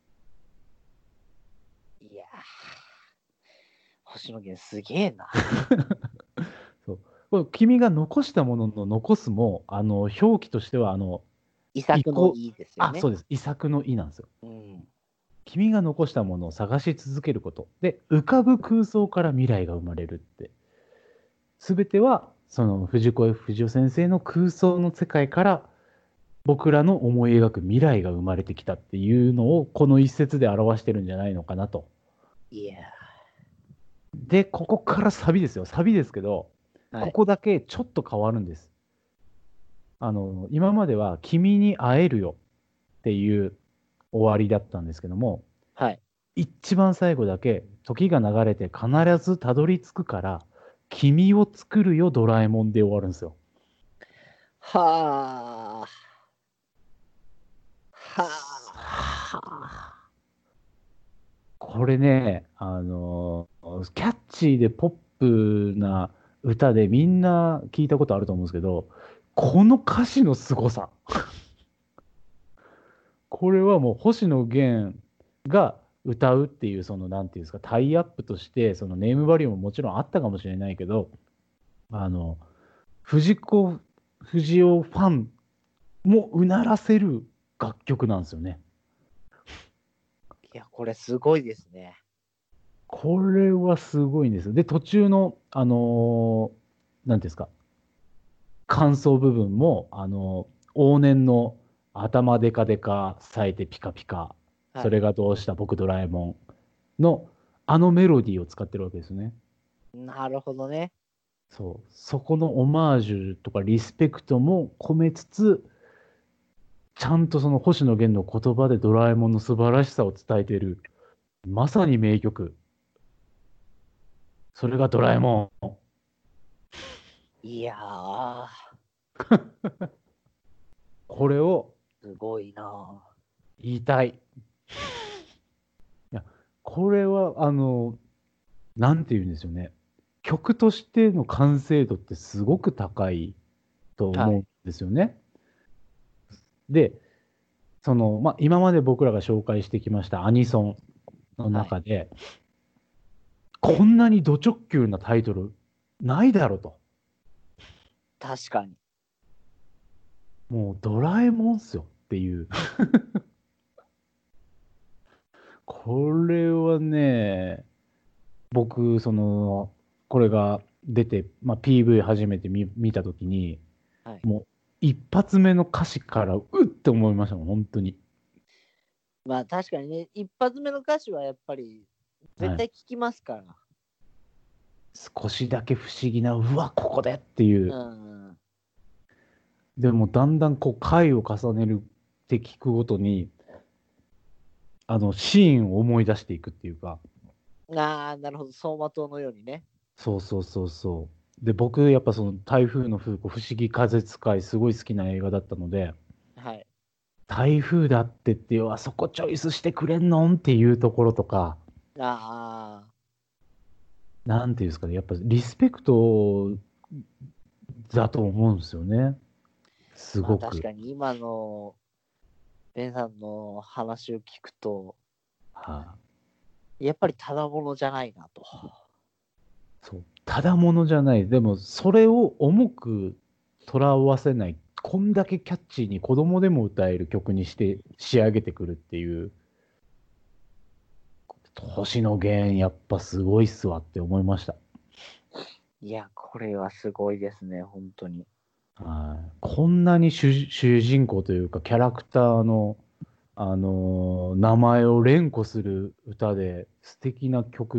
いやー、星野源すげえな。 そうこれ君が残したものの残すも、あの表記としては、あの、 遺作のいこ、 いいですよあ、 ね。 そうです。遺作の意なんですよ。 うん。 君が残したものを探し続けること。で、浮かぶ空想から未来が生まれるって。すべては、その藤子 F 不二雄先生の空想の世界から僕らの思い描く未来が生まれてきたっていうのをこの一節で表してるんじゃないのかなと。 いやで、ここからサビですよ。サビですけど、 ー、はい。 ここだけちょっと変わるんです。あの、今までは君に会えるよっていう終わりだったんですけども、 はい。 一番最後だけ時が流れて必ずたどり着くから、君を作るよドラえもんで終わるんですよ。 はあ。ははあ。これね、あのキャッチーでポップな歌でみんな聞いたことあると思うんですけど、この歌詞の凄さ。これはもう星野源が歌うっていう、その、なんていうんですか、タイアップとして、そのネームバリューももちろんあったかもしれないけど、あの、藤子不二雄ファンもうならせる楽曲なんですよね。 いや、これすごいですね。 これはすごいんですよ。で、途中の、あのーなんていうんですか、感想部分も、あのー往年の頭デカデカ咲いてピカピカ、 はい。 それがどうした僕ドラえもんの、あのメロディーを使ってるわけですね。 なるほどね。 そう。そこのオマージュとかリスペクトも込めつつ、ちゃんとその星野源の言葉でドラえもんの素晴らしさを伝えている、まさに名曲。それがドラえもん。 いやー、 これをすごいな。 言いたい。いや、これは、あの、なんて言うんですよね。曲としての完成度ってすごく高いとはい。 思うんですよね。で、その、まあ、今まで僕らが紹介してきましたアニソンのはい。 中で、こんなにド直球なタイトルないだろうと。 確かに。 もうドラえもんっすよっていう。これはね、僕、その、これが出て、まあ、ピーブイ 初めて見、見たときに、 はい。 もう一発目の歌詞からうって思いましたもん、本当に。 まあ確かにね、一発目の歌詞はやっぱり絶はい。 対聞きますから。 少しだけ不思議な、うわ、ここでっていうう。 ん。 でも、だんだんこう、回を重ねるって聞くごとに、あの、シーンを思い出していくっていうか、 ああ、なるほど。走馬灯のようにね。 そうそうそうそう。で、僕、やっぱその台風の風子、不思議風使い、すごい好きな映画だったので、 はい。 台風だってっていう、あそこチョイスしてくれんのんっていうところとか、 ああ、 なんていうんですかね、やっぱリスペクトだと思うんですよね。すまあごく。 確かに今のベンさんの話を聞くと、 はい、 やっぱりただものじゃないなと。 そう。 ただものじゃない。でも、それを重くとらわせない、こんだけキャッチーに子供でも歌える曲にして仕上げてくるっていう、星野源、やっぱすごいっすわって思いました。 いや、これはすごいですね、本当に。 はい、こんなに主、主人公というか、キャラクターの、あのー名前を連呼する歌で素敵な曲って、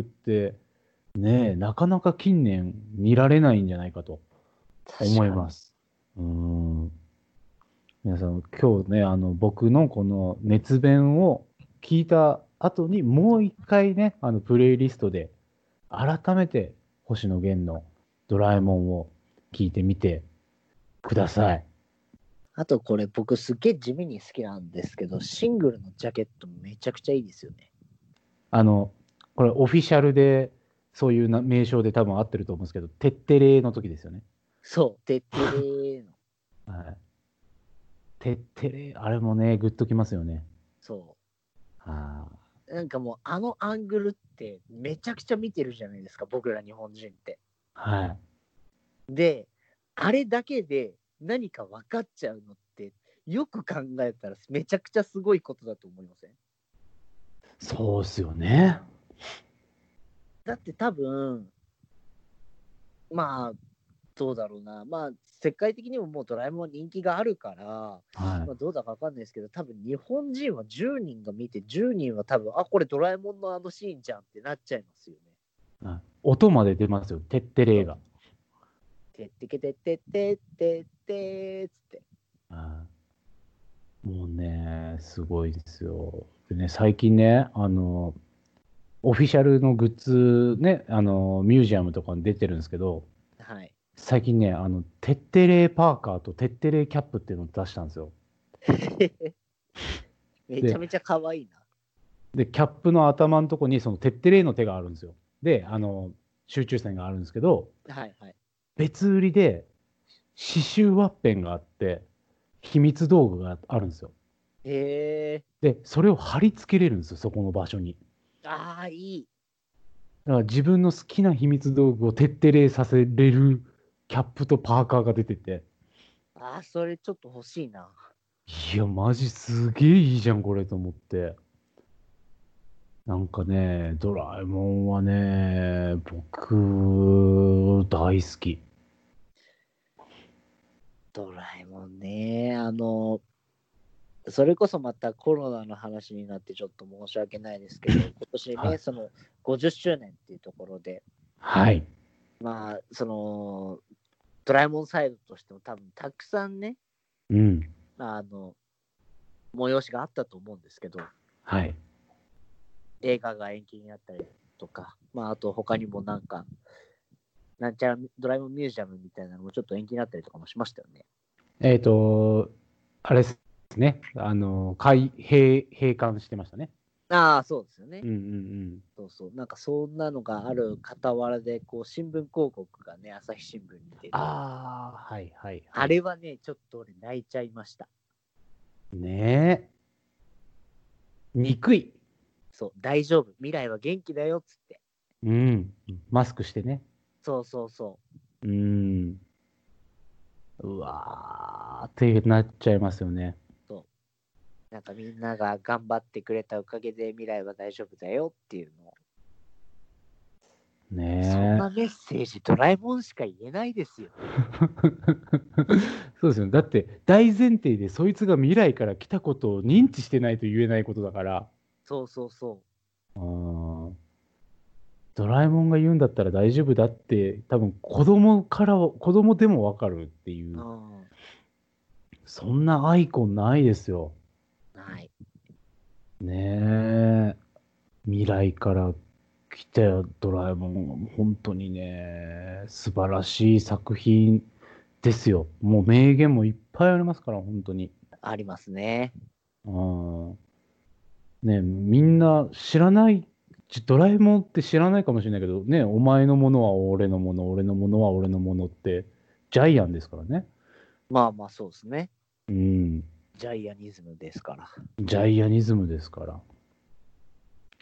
ねえ、なかなか近年見られないんじゃないかと思確かに。 います。うーん。皆さん、今日ね、あの、僕のこの熱弁を聞いた後に、もう一回ね、あの、プレイリストで、改めて星野源のドラえもんを聞いてみてください。 あとこれ僕すっげえ地味に好きなんですけど、シングルのジャケットめちゃくちゃいいですよね。 あの、これオフィシャルで、そういうな名称で多分合ってると思うんですけど、てってれーの時ですよね。 そう、てってれーの。 はい。てってれー、あれもね、グッときますよね。 そはう。なんかもうあのアングルってめちゃくちゃ見てるじゃないですか、僕ら日本人って。 はい。 で、あれだけで何か分かっちゃうのって、よく考えたらめちゃくちゃすごいことだと思いません？ そうっすよね。 だって多分、まあ、どうだろうな。まあ、世界的にももうドラえもん人気があるから、 はまあ、どうだかわかんないですけど、多分日本人はじゅうにんが見て、じゅうにんは多分、あ、これドラえもんのあのシーンじゃんってなっちゃいますよね。 い。はい、音まで出ますよ。てってれーが。 てってけてってってってってーつって。 はい、もうね、すごいですよ。でね、最近ね、あの、オフィシャルのグッズね、あの、ミュージアムとかに出てるんですけど、 はい。 最近ね、あの、テッテレーパーカーとテッテレーキャップっていうのを出したんですよ。 めちゃで、 めちゃ可愛いな。 で、キャップの頭のとこにそのテッテレーの手があるんですよ。で、あの、集中線があるんですけど、 はいはい。 別売りで刺繍ワッペンがあって、秘密道具があるんですよ。 へえ。 で、それを貼り付けれるんですよ、そこの場所に。 ああ、いい。 だから自分の好きな秘密道具を徹底例させれるキャップとパーカーが出てて、 ああ、それちょっと欲しいな。 いや、マジすげえいいじゃん、これと思って。なんかね、ドラえもんはね、僕、大好き。 ドラえもんね。あの、それこそまたコロナの話になってちょっと申し訳ないですけど、今年ね、 はい。 そのごじゅっしゅうねんっていうところで、 はい。 まあ、その、ドラえもんサイドとしても多分たくさんね、 うん。 あの、催しがあったと思うんですけど、 はい。 映画が延期になったりとか、まあ、あと他にもなんか、なんちゃらドラえもんミュージアムみたいなのもちょっと延期になったりとかもしましたよね。 えっと、あれですね。あの、開、閉、閉館してましたね。 ああ、そうですよね。 うんうんそうそう。なんかそんなのがある傍らで、こう、新聞広告がね、朝日新聞に出て、 ああ、はいはいはあい。 れはね、ちょっと俺泣いちゃいました。 ねえ。憎い。 そう、大丈夫。未来は元気だよっつって。 うん。マスクしてね。 そうそうそうん。うわーってなっちゃいますよね。 う。そう。なんかみんなが頑張ってくれたおかげで未来は大丈夫だよっていうのを。そんねなメッセージドラえもんしか言えないですよ。 え。そうですよね。だって大前提でそいつが未来から来たことを認知してないと言えないことだから。 そうそうそうん。ドラえもんが言うんだったら大丈夫だって多分子供からは子供でもわかるっていう。 う、 うん。 そんなアイコンないですよ。 ない。 ねえ。未来から来たドラえもん、本当にね、素晴らしい作品ですよ。もう名言もいっぱいありますから、本当に。 ありますね。 うん。ね、みんな知らない、ちドラえもんって知らないかもしれないけど、ね、お前のものは俺のもの、俺のものは俺のものって、ジャイアンですからね。 まあまあそうですね。 うん。 ジャイアニズムですから。 ジャイアニズムですから。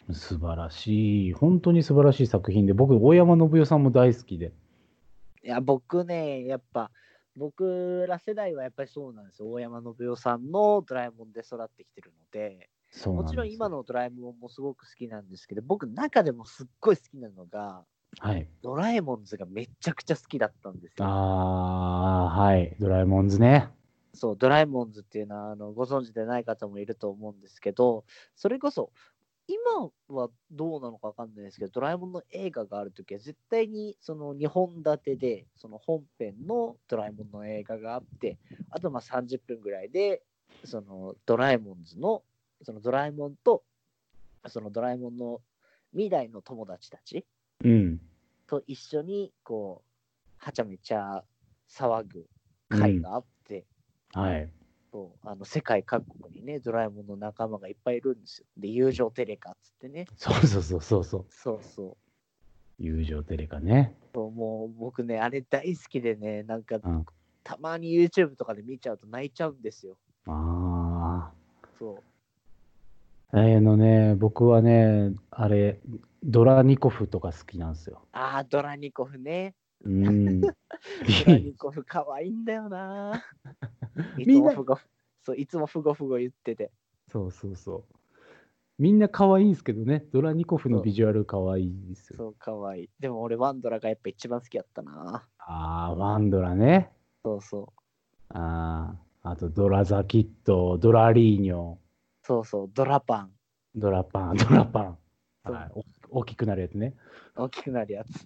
素晴らしい。本当に素晴らしい作品で、僕、大山信代さんも大好きで。 いや、僕ね、やっぱ、僕ら世代はやっぱりそうなんですよ。大山信代さんのドラえもんで育ってきてるので、 そうもちろんなんですよ。 今のドラえもんもすごく好きなんですけど、僕、中でもすっごい好きなのが、 はい。 ドラえもんズがめちゃくちゃ好きだったんですよ。 あー、はい。ドラえもんズね。 そう、ドラえもんズっていうのはあのご存知でない方もいると思うんですけど、それこそ、今はどうなのかわかんないですけど、ドラえもんの映画があるときは絶対にそのにほん立てで、その本編のドラえもんの映画があって、あとまあさんじゅっぷんぐらいで、そのドラえもんズの、そのドラえもんと、そのドラえもんの未来の友達たちうん。 と一緒に、こう、はちゃめちゃ騒ぐ会うん。 があって、 はい。 そうあの世界各国にね、ドラえもんの仲間がいっぱいいるんですよ。で、友情テレカっつってね。 そうそうそうそうそう。 そうそう。 友情テレカね。 そうもう僕ね、あれ大好きでね、なんかうん。 たまに YouTube とかで見ちゃうと泣いちゃうんですよ。 あそー。えーのね、僕はね、あれ、ドラニコフとか好きなんですよ。 う。ああ、ドラニコフね。 うーん。 ドラニコフかわいいんだよな。いつみんな、 もふごふ、そう、いつもふごふご言ってて。 そうそうそう。みんな可愛いんですけどね、ドラニコフのそう、 ビジュアル可愛いですよ。 そう、かわいい。でも俺、ワンドラがやっぱ一番好きだったな。 あー、ワンドラね。 そうそう。 あー、あとドラザキット、ドラリーニョ、 そうそう、ドラパン。 ドラパン、ドラパン。 そう、 はい、お大きくなるやつね。 大きくなるやつ。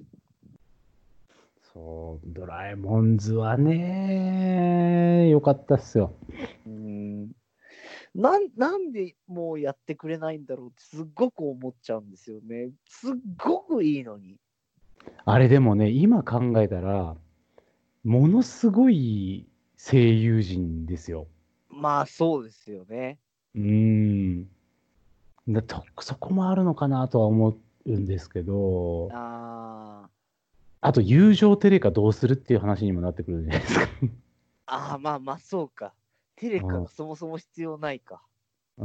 そう、ドラえもんズはね、よかったっすよ。 うーん。なん、なんでもうやってくれないんだろうってすっごく思っちゃうんですよね。すっごくいいのに。 あれでもね、今考えたら、ものすごい声優陣ですよ。 まあそうですよね。 うーん。だとそこもあるのかなとは思うんですけど、 ああと友情テレカどうするっていう話にもなってくるじゃないですか。 あ、ああ、まあまあそうか。テレカがそもそも必要ないか。 うん。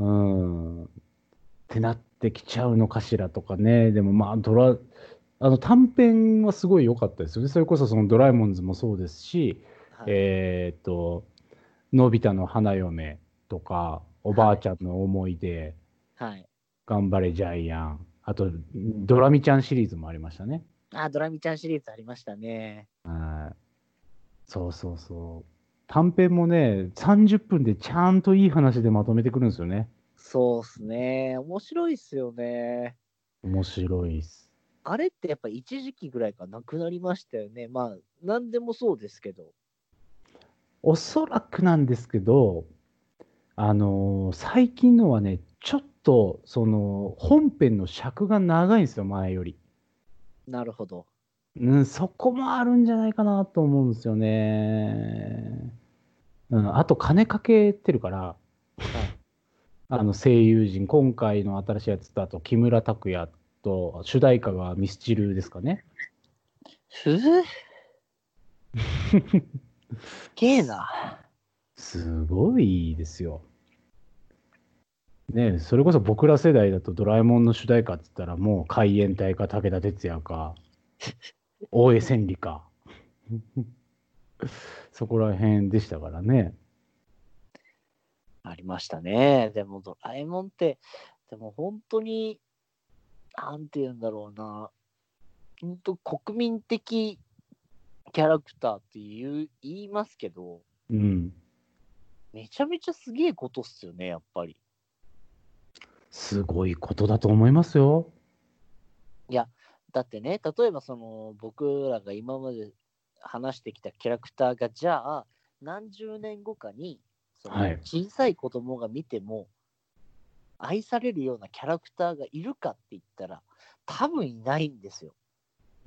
ってなってきちゃうのかしらとかね。でもまあ、ドラ、あの短編はすごい良かったですよね。それこそそのドラえもんズもそうですし、 はい。 えーっと、のび太の花嫁とか、おばはい。 あちゃんの思い出、 はい。 頑張れジャイアン、あと、ドラミちゃんシリーズもありましたね。 ああ、ドラミちゃんシリーズありましたね。 はい。そうそうそう。短編もね、さんじゅっぷんでちゃんといい話でまとめてくるんですよね。 そうっすね。面白いっすよね。 面白いっす。 あれってやっぱ一時期ぐらいからなくなりましたよね。まあ、なんでもそうですけど。 おそらくなんですけど、あのー最近のはね、ちょっと、その、本編の尺が長いんですよ、前より。 なるほど。 うん、そこもあるんじゃないかなと思うんですよね。うん、あと、金かけてるから、 はい。 あの、声優陣、今回の新しいやつと、あと、木村拓哉と、主題歌がミスチルですかね。 ふぅ、すげえな。 すごいですよ。ねえ、それこそ僕ら世代だとドラえもんの主題歌って言ったらもう海援隊か武田鉄矢か大江千里かそこら辺でしたからね。 ありましたね。でもドラえもんって、でも本当に、なんて言うんだろうな。本当国民的キャラクターって言う言いますけど、 うん。 めちゃめちゃすげえことっすよね、やっぱり。 すごいことだと思いますよ。 いや、だってね、例えばその僕らが今まで話してきたキャラクターが、じゃあ、何十年後かに、そのはい。 小さい子供が見ても愛されるようなキャラクターがいるかって言ったら、多分いないんですよ。 うん。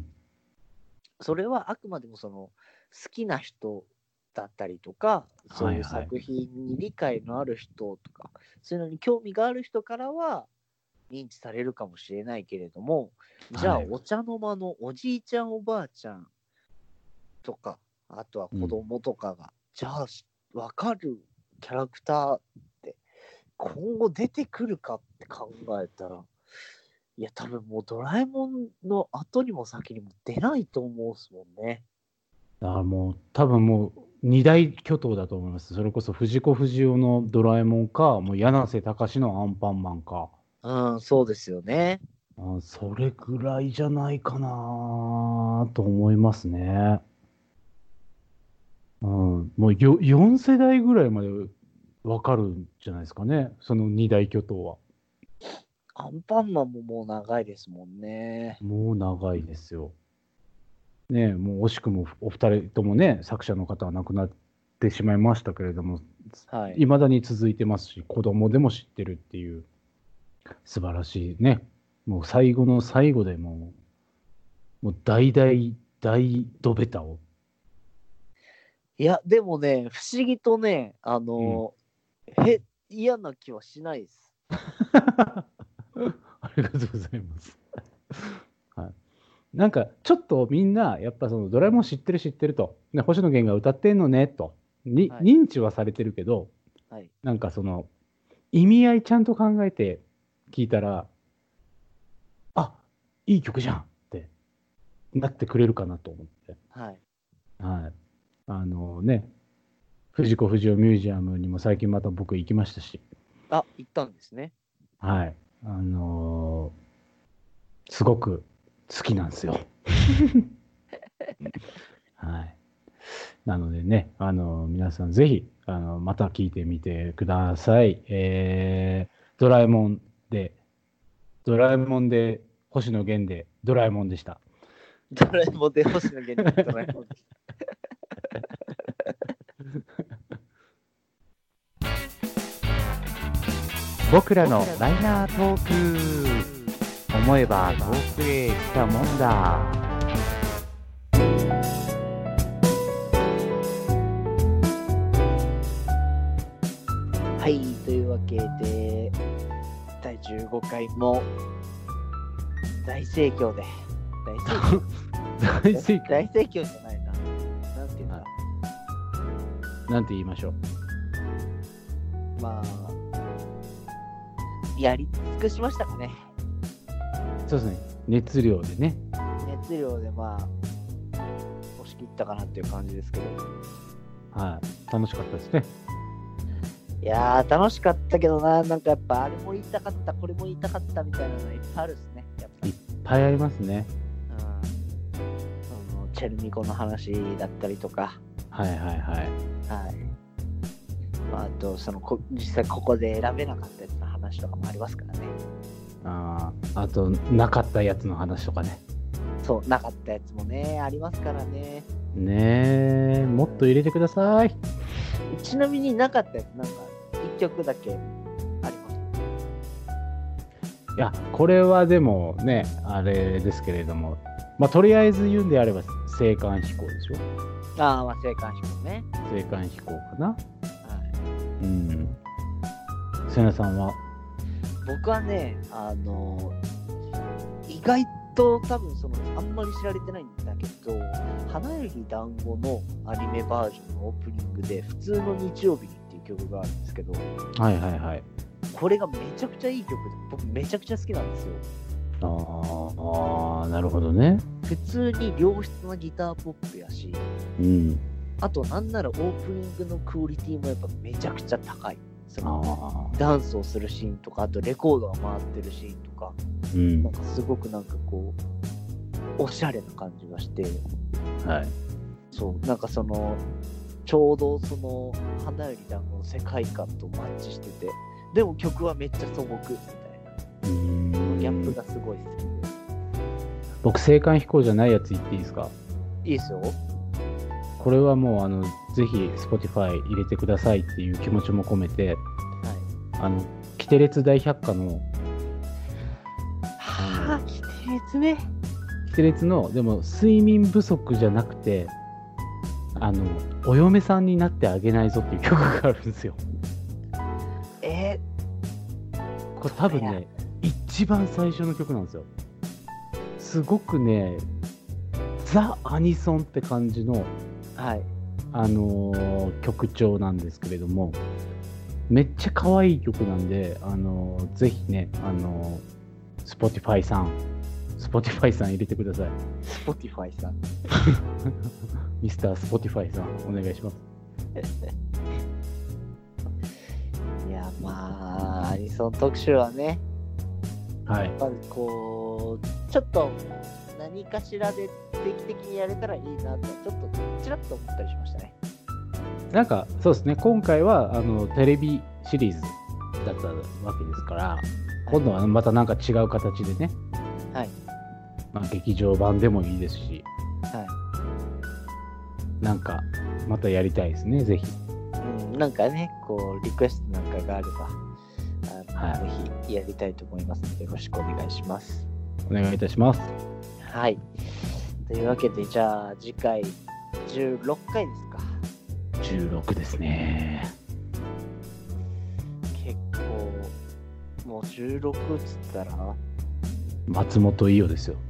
それはあくまでもその好きな人だったりとか、そういうはいはい。 作品に理解のある人とか、そういうのに興味がある人からは認知されるかもしれないけれども、じゃあはい。 お茶の間のおじいちゃんおばあちゃんとか、あとは子うん。 供とかが、じゃあ分かるキャラクターって今後出てくるかって考えたら、 いや、多分もうドラえもんの後にも先にも出ないと思うっすもんね。 だからもう多分もう二大巨頭だと思います。それこそ藤子不二雄のドラえもんか、もう柳瀬隆のアンパンマンか。 うん、そうですよね。 あ、それぐらいじゃないかなと思いますね。うん、もうよよん世代ぐらいまでわかるんじゃないですかね、その二大巨頭は。 アンパンマンももう長いですもんね。 もう長いですよ。ねえ、もう惜しくもお二人ともね、作者の方は亡くなってしまいましたけれども、 はい。 いまだに続いてますし、子供でも知ってるっていう素晴らしいね。もう最後の最後でもう、もう大大大ドベタを。 いや、でもね、不思議とね、あの、へ、嫌な気はしないです。 ありがとうございます。はい。なんかちょっとみんなやっぱそのドラえもん知ってる知ってると、ね、星野源が歌ってんのねとに、 はい認知はされてるけど、 はい。 なんかその意味合いちゃんと考えて聞いたら、あ、いい曲じゃんってなってくれるかなと思って。 はい。 はい。あのね、藤子不二雄ミュージアムにも最近また僕行きましたし、 あ、行ったんですね。 はい。あのーすごく好きなんですよ。はい。なのでね、あのー皆さんぜひ、あのまた聞いてみてください。えー、ドラえもんで、ドラえもんで、星野源で、ドラえもんでした。 ドラえもんで星野源でドラえもんでした。 僕らのライナートーク、思えば遠くへ来たもんだ。 はい、というわけで、だいじゅうごかいも大盛況で、大盛況大盛況。 大盛況じゃないな。なんていうんだ。 なんて言いましょう。 まあ、やり尽くしましたかね。 そうですね。熱量でね。 熱量でまあ、押し切ったかなっていう感じですけど。 はい。楽しかったですね。 いやー、楽しかったけどな、なんかやっぱあれも言いたかった、これも言いたかったみたいなのいっぱいあるっすね。やっぱいっぱいありますね。 うん、そのチェルミコの話だったりとか、 はいはいはい。 はい。まあ、あと、そのこ実際ここで選べなかったやつの話とかもありますからね。 ああ、あと、なかったやつの話とかね。 そう、なかったやつもね、ありますからね。 ねえ、もっと入れてください。 ちなみになかったやつ、なんかいっきょくだけあります。 いや、これはでもね、あれですけれども、まあ、とりあえず言うんであれば、青函飛行でしょ。 ああ、まあ、青函飛行ね。 青函飛行かな。 はい。 うん。瀬名さんは僕はね、あの意外と多分そのあんまり知られてないんだけど、花より団子のアニメバージョンのオープニングで普通の日曜日にっていう曲があるんですけど、 はいはいはい。 これがめちゃくちゃいい曲で、僕めちゃくちゃ好きなんですよ。 あーあー、なるほどね。 普通に良質なギターポップやし、 うん。 あとなんならオープニングのクオリティもやっぱめちゃくちゃ高い。そのああ。 ダンスをするシーンとか、あとレコードが回ってるシーンとか、 うんなん。かすごくなんかこうおしゃれな感じがして、 はい。 そうなんかそのちょうどその花より団子の世界観とマッチしてて、でも曲はめっちゃ素朴みたいな、 うーん。 ギャップがすごい好きで。 僕、青函飛行じゃないやつ言っていいですか？ いいですよ。 これはもうあのぜひ Spotify 入れてくださいっていう気持ちも込めて、 はい。 あのキテレツ大百科のはあ、キテレツね。 キテレツのでも睡眠不足じゃなくて、あのお嫁さんになってあげないぞっていう曲があるんですよ。 えー、これ多分ね一番最初の曲なんですよ。すごくねザ・アニソンって感じの、 はい、 あのー、曲調なんですけれども、めっちゃ可愛い曲なんで、あのー、ぜひね、あの Spotify さん、Spotify さん入れてください。 Spotify さん。 ミスター Spotify さん、お願いします。 いや、まあ、アニソン特集はね、 はい。 やっぱりこう、ちょっと何かしらで定期的にやれたらいいなと、ちょっとちらっと思ったりしましたね。 なんか、そうですね、今回はあのテレビシリーズだったわけですから、今度はまたなんか違う形でね、 はい。 まあ、劇場版でもいいですし、 はなんかまたやりたいですね、ぜひ。 い。うん、なんかね、こう、リクエストなんかがあれば、あの、 はい、 ぜひやりたいと思いますので、よろしくお願いします。 お願いいたします。 はい。というわけで、じゃあ、次回じゅうろっかいですか。 じゅうろくですね。 結構、もうじゅうろくっつったら、 松本伊代ですよ。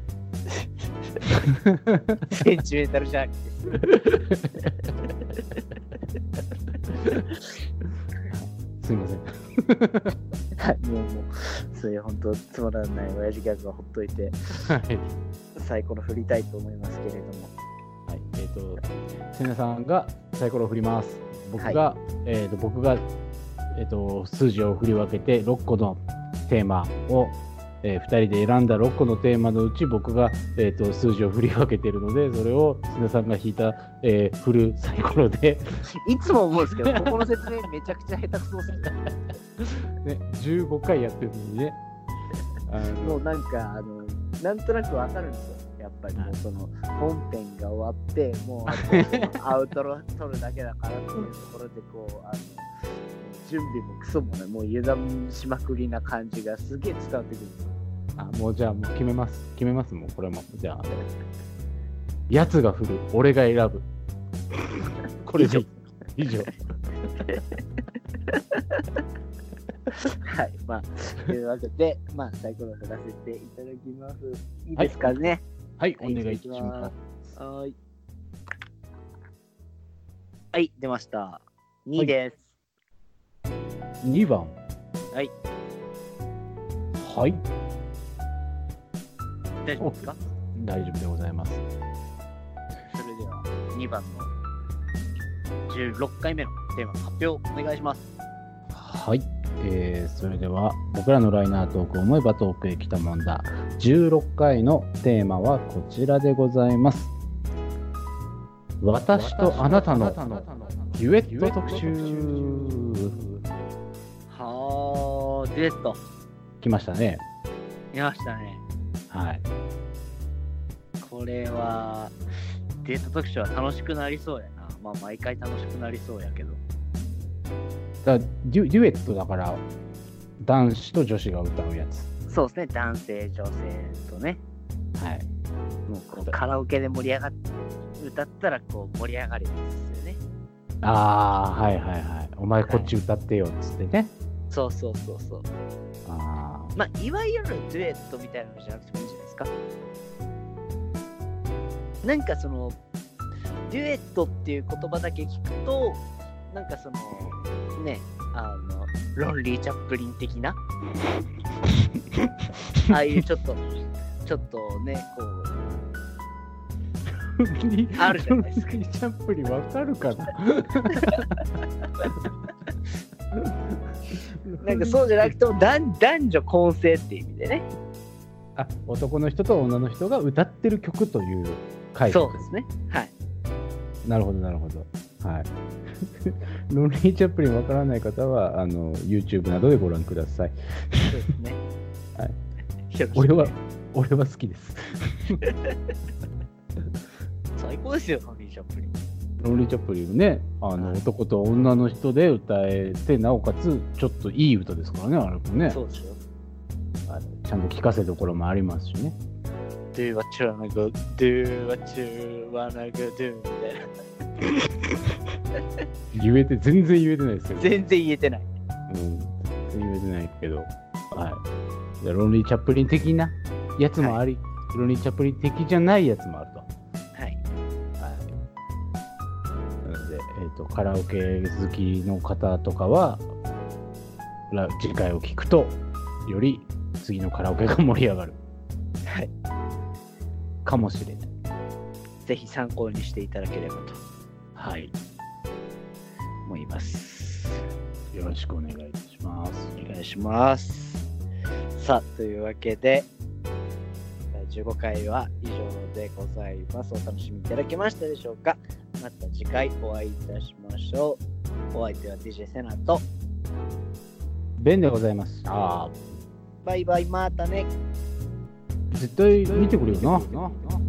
センチメンタルジャーニーです。 すいません。 はい、もう、もう、そういう本当つまらない親父ギャグはほっといて、 はい。 サイコロ振りたいと思いますけれども。 はい、えっ、と、せなさんがサイコロを振ります。僕が、 はえっ、と、僕が、えっ、と、数字を振り分けて、ろっこのテーマを、えー、ふたりで選んだろっこのテーマのうち、僕が、えー、と数字を振り分けているので、それをせなさんが引いた、えー、振るサイコロでいつも思うんですけど、ここの説明めちゃくちゃ下手くそですね。じゅうごかいやってるのにね。あのもうなんか、あの、なんとなくわかるんですよ。やっぱりもうその本編が終わって、もうあとアウトロ取るだけだからっていうところで、こう、あの、準備もクソもね、もう油断しまくりな感じがすげえ伝わってくる。 あ、もうじゃあもう決めます。決めます、もうこれも。じゃあ、やつが振る、俺が選ぶ。これでいい。以上。 はい、まあ、というわけで、まあ、サイコロ振らせていただきます。いいですかね。 はい、はい、お願いします。 はい。はい、出ました。にです。 にばん。 はい。 はい。 大丈夫ですか？ 大丈夫でございます。 それではにばんのじゅうろっかいめのテーマ発表お願いします。 はい、えー、それでは僕らのライナートーク思えば遠くへ来たもんだじゅうろっかいのテーマはこちらでございます。私とあなたのデュエット特集。 はー、デュエット来ましたね。 来ましたね。 はい。 これはデート特集は楽しくなりそうやな。まあ毎回楽しくなりそうやけど。 だデュ、デュエットだから男子と女子が歌うやつ。 そうですね。男性女性とね。 はい。 もうこうカラオケで盛り上がって歌ったらこう盛り上がるやつですよね。 ああ、はいはいはい。お前こっち歌ってよっつってね。はい、 そうそうそうそう。ああ。まあいわゆるデュエットみたいなのじゃなくてもいいんじゃないですか。なんかそのデュエットっていう言葉だけ聞くとなんかそのねあのロンリー・チャップリン的なああいうちょっとちょっとねこうあるじゃないですか。 ロンリー・チャップリンわかるかな。 なんかそうじゃなくても男女混成っていう意味でね。 あ、男の人と女の人が歌ってる曲という回そうですね。はい。 なるほどなるほど。はい。ロンリー・チャップリンわからない方はあの YouTube などでご覧ください。 そうですね。 はい。俺は俺は好きです。 最高ですよロンリー・チャップリン。 ロンリー・チャップリンね、あの、はい、男と女の人で歌えてなおかつちょっといい歌ですからね、あれもね。 そうですよ。 あれちゃんと聴かせどころもありますしね。 Do what you wanna go, do what you wanna go do みたいな。 言えて全然言えてないですけど。 全然言えてない。 うん、全然言えてないけど、はい。ロンリー・チャップリン的なやつもあり、はい、ロンリー・チャップリン的じゃないやつもあると。えー、とカラオケ好きの方とかは次回を聞くとより次のカラオケが盛り上がる。 はい。 かもしれない。 ぜひ参考にしていただければと。 はい。 思います。 よろしくお願いいたします。 お願いします。さあ、というわけで、だいじゅうごかいは以上でございます。お楽しみいただけましたでしょうか。また次回お会いいたしましょう。お相手は ディージェー セナとベンでございます。あバイバイ、またね。 絶対見てくれよな。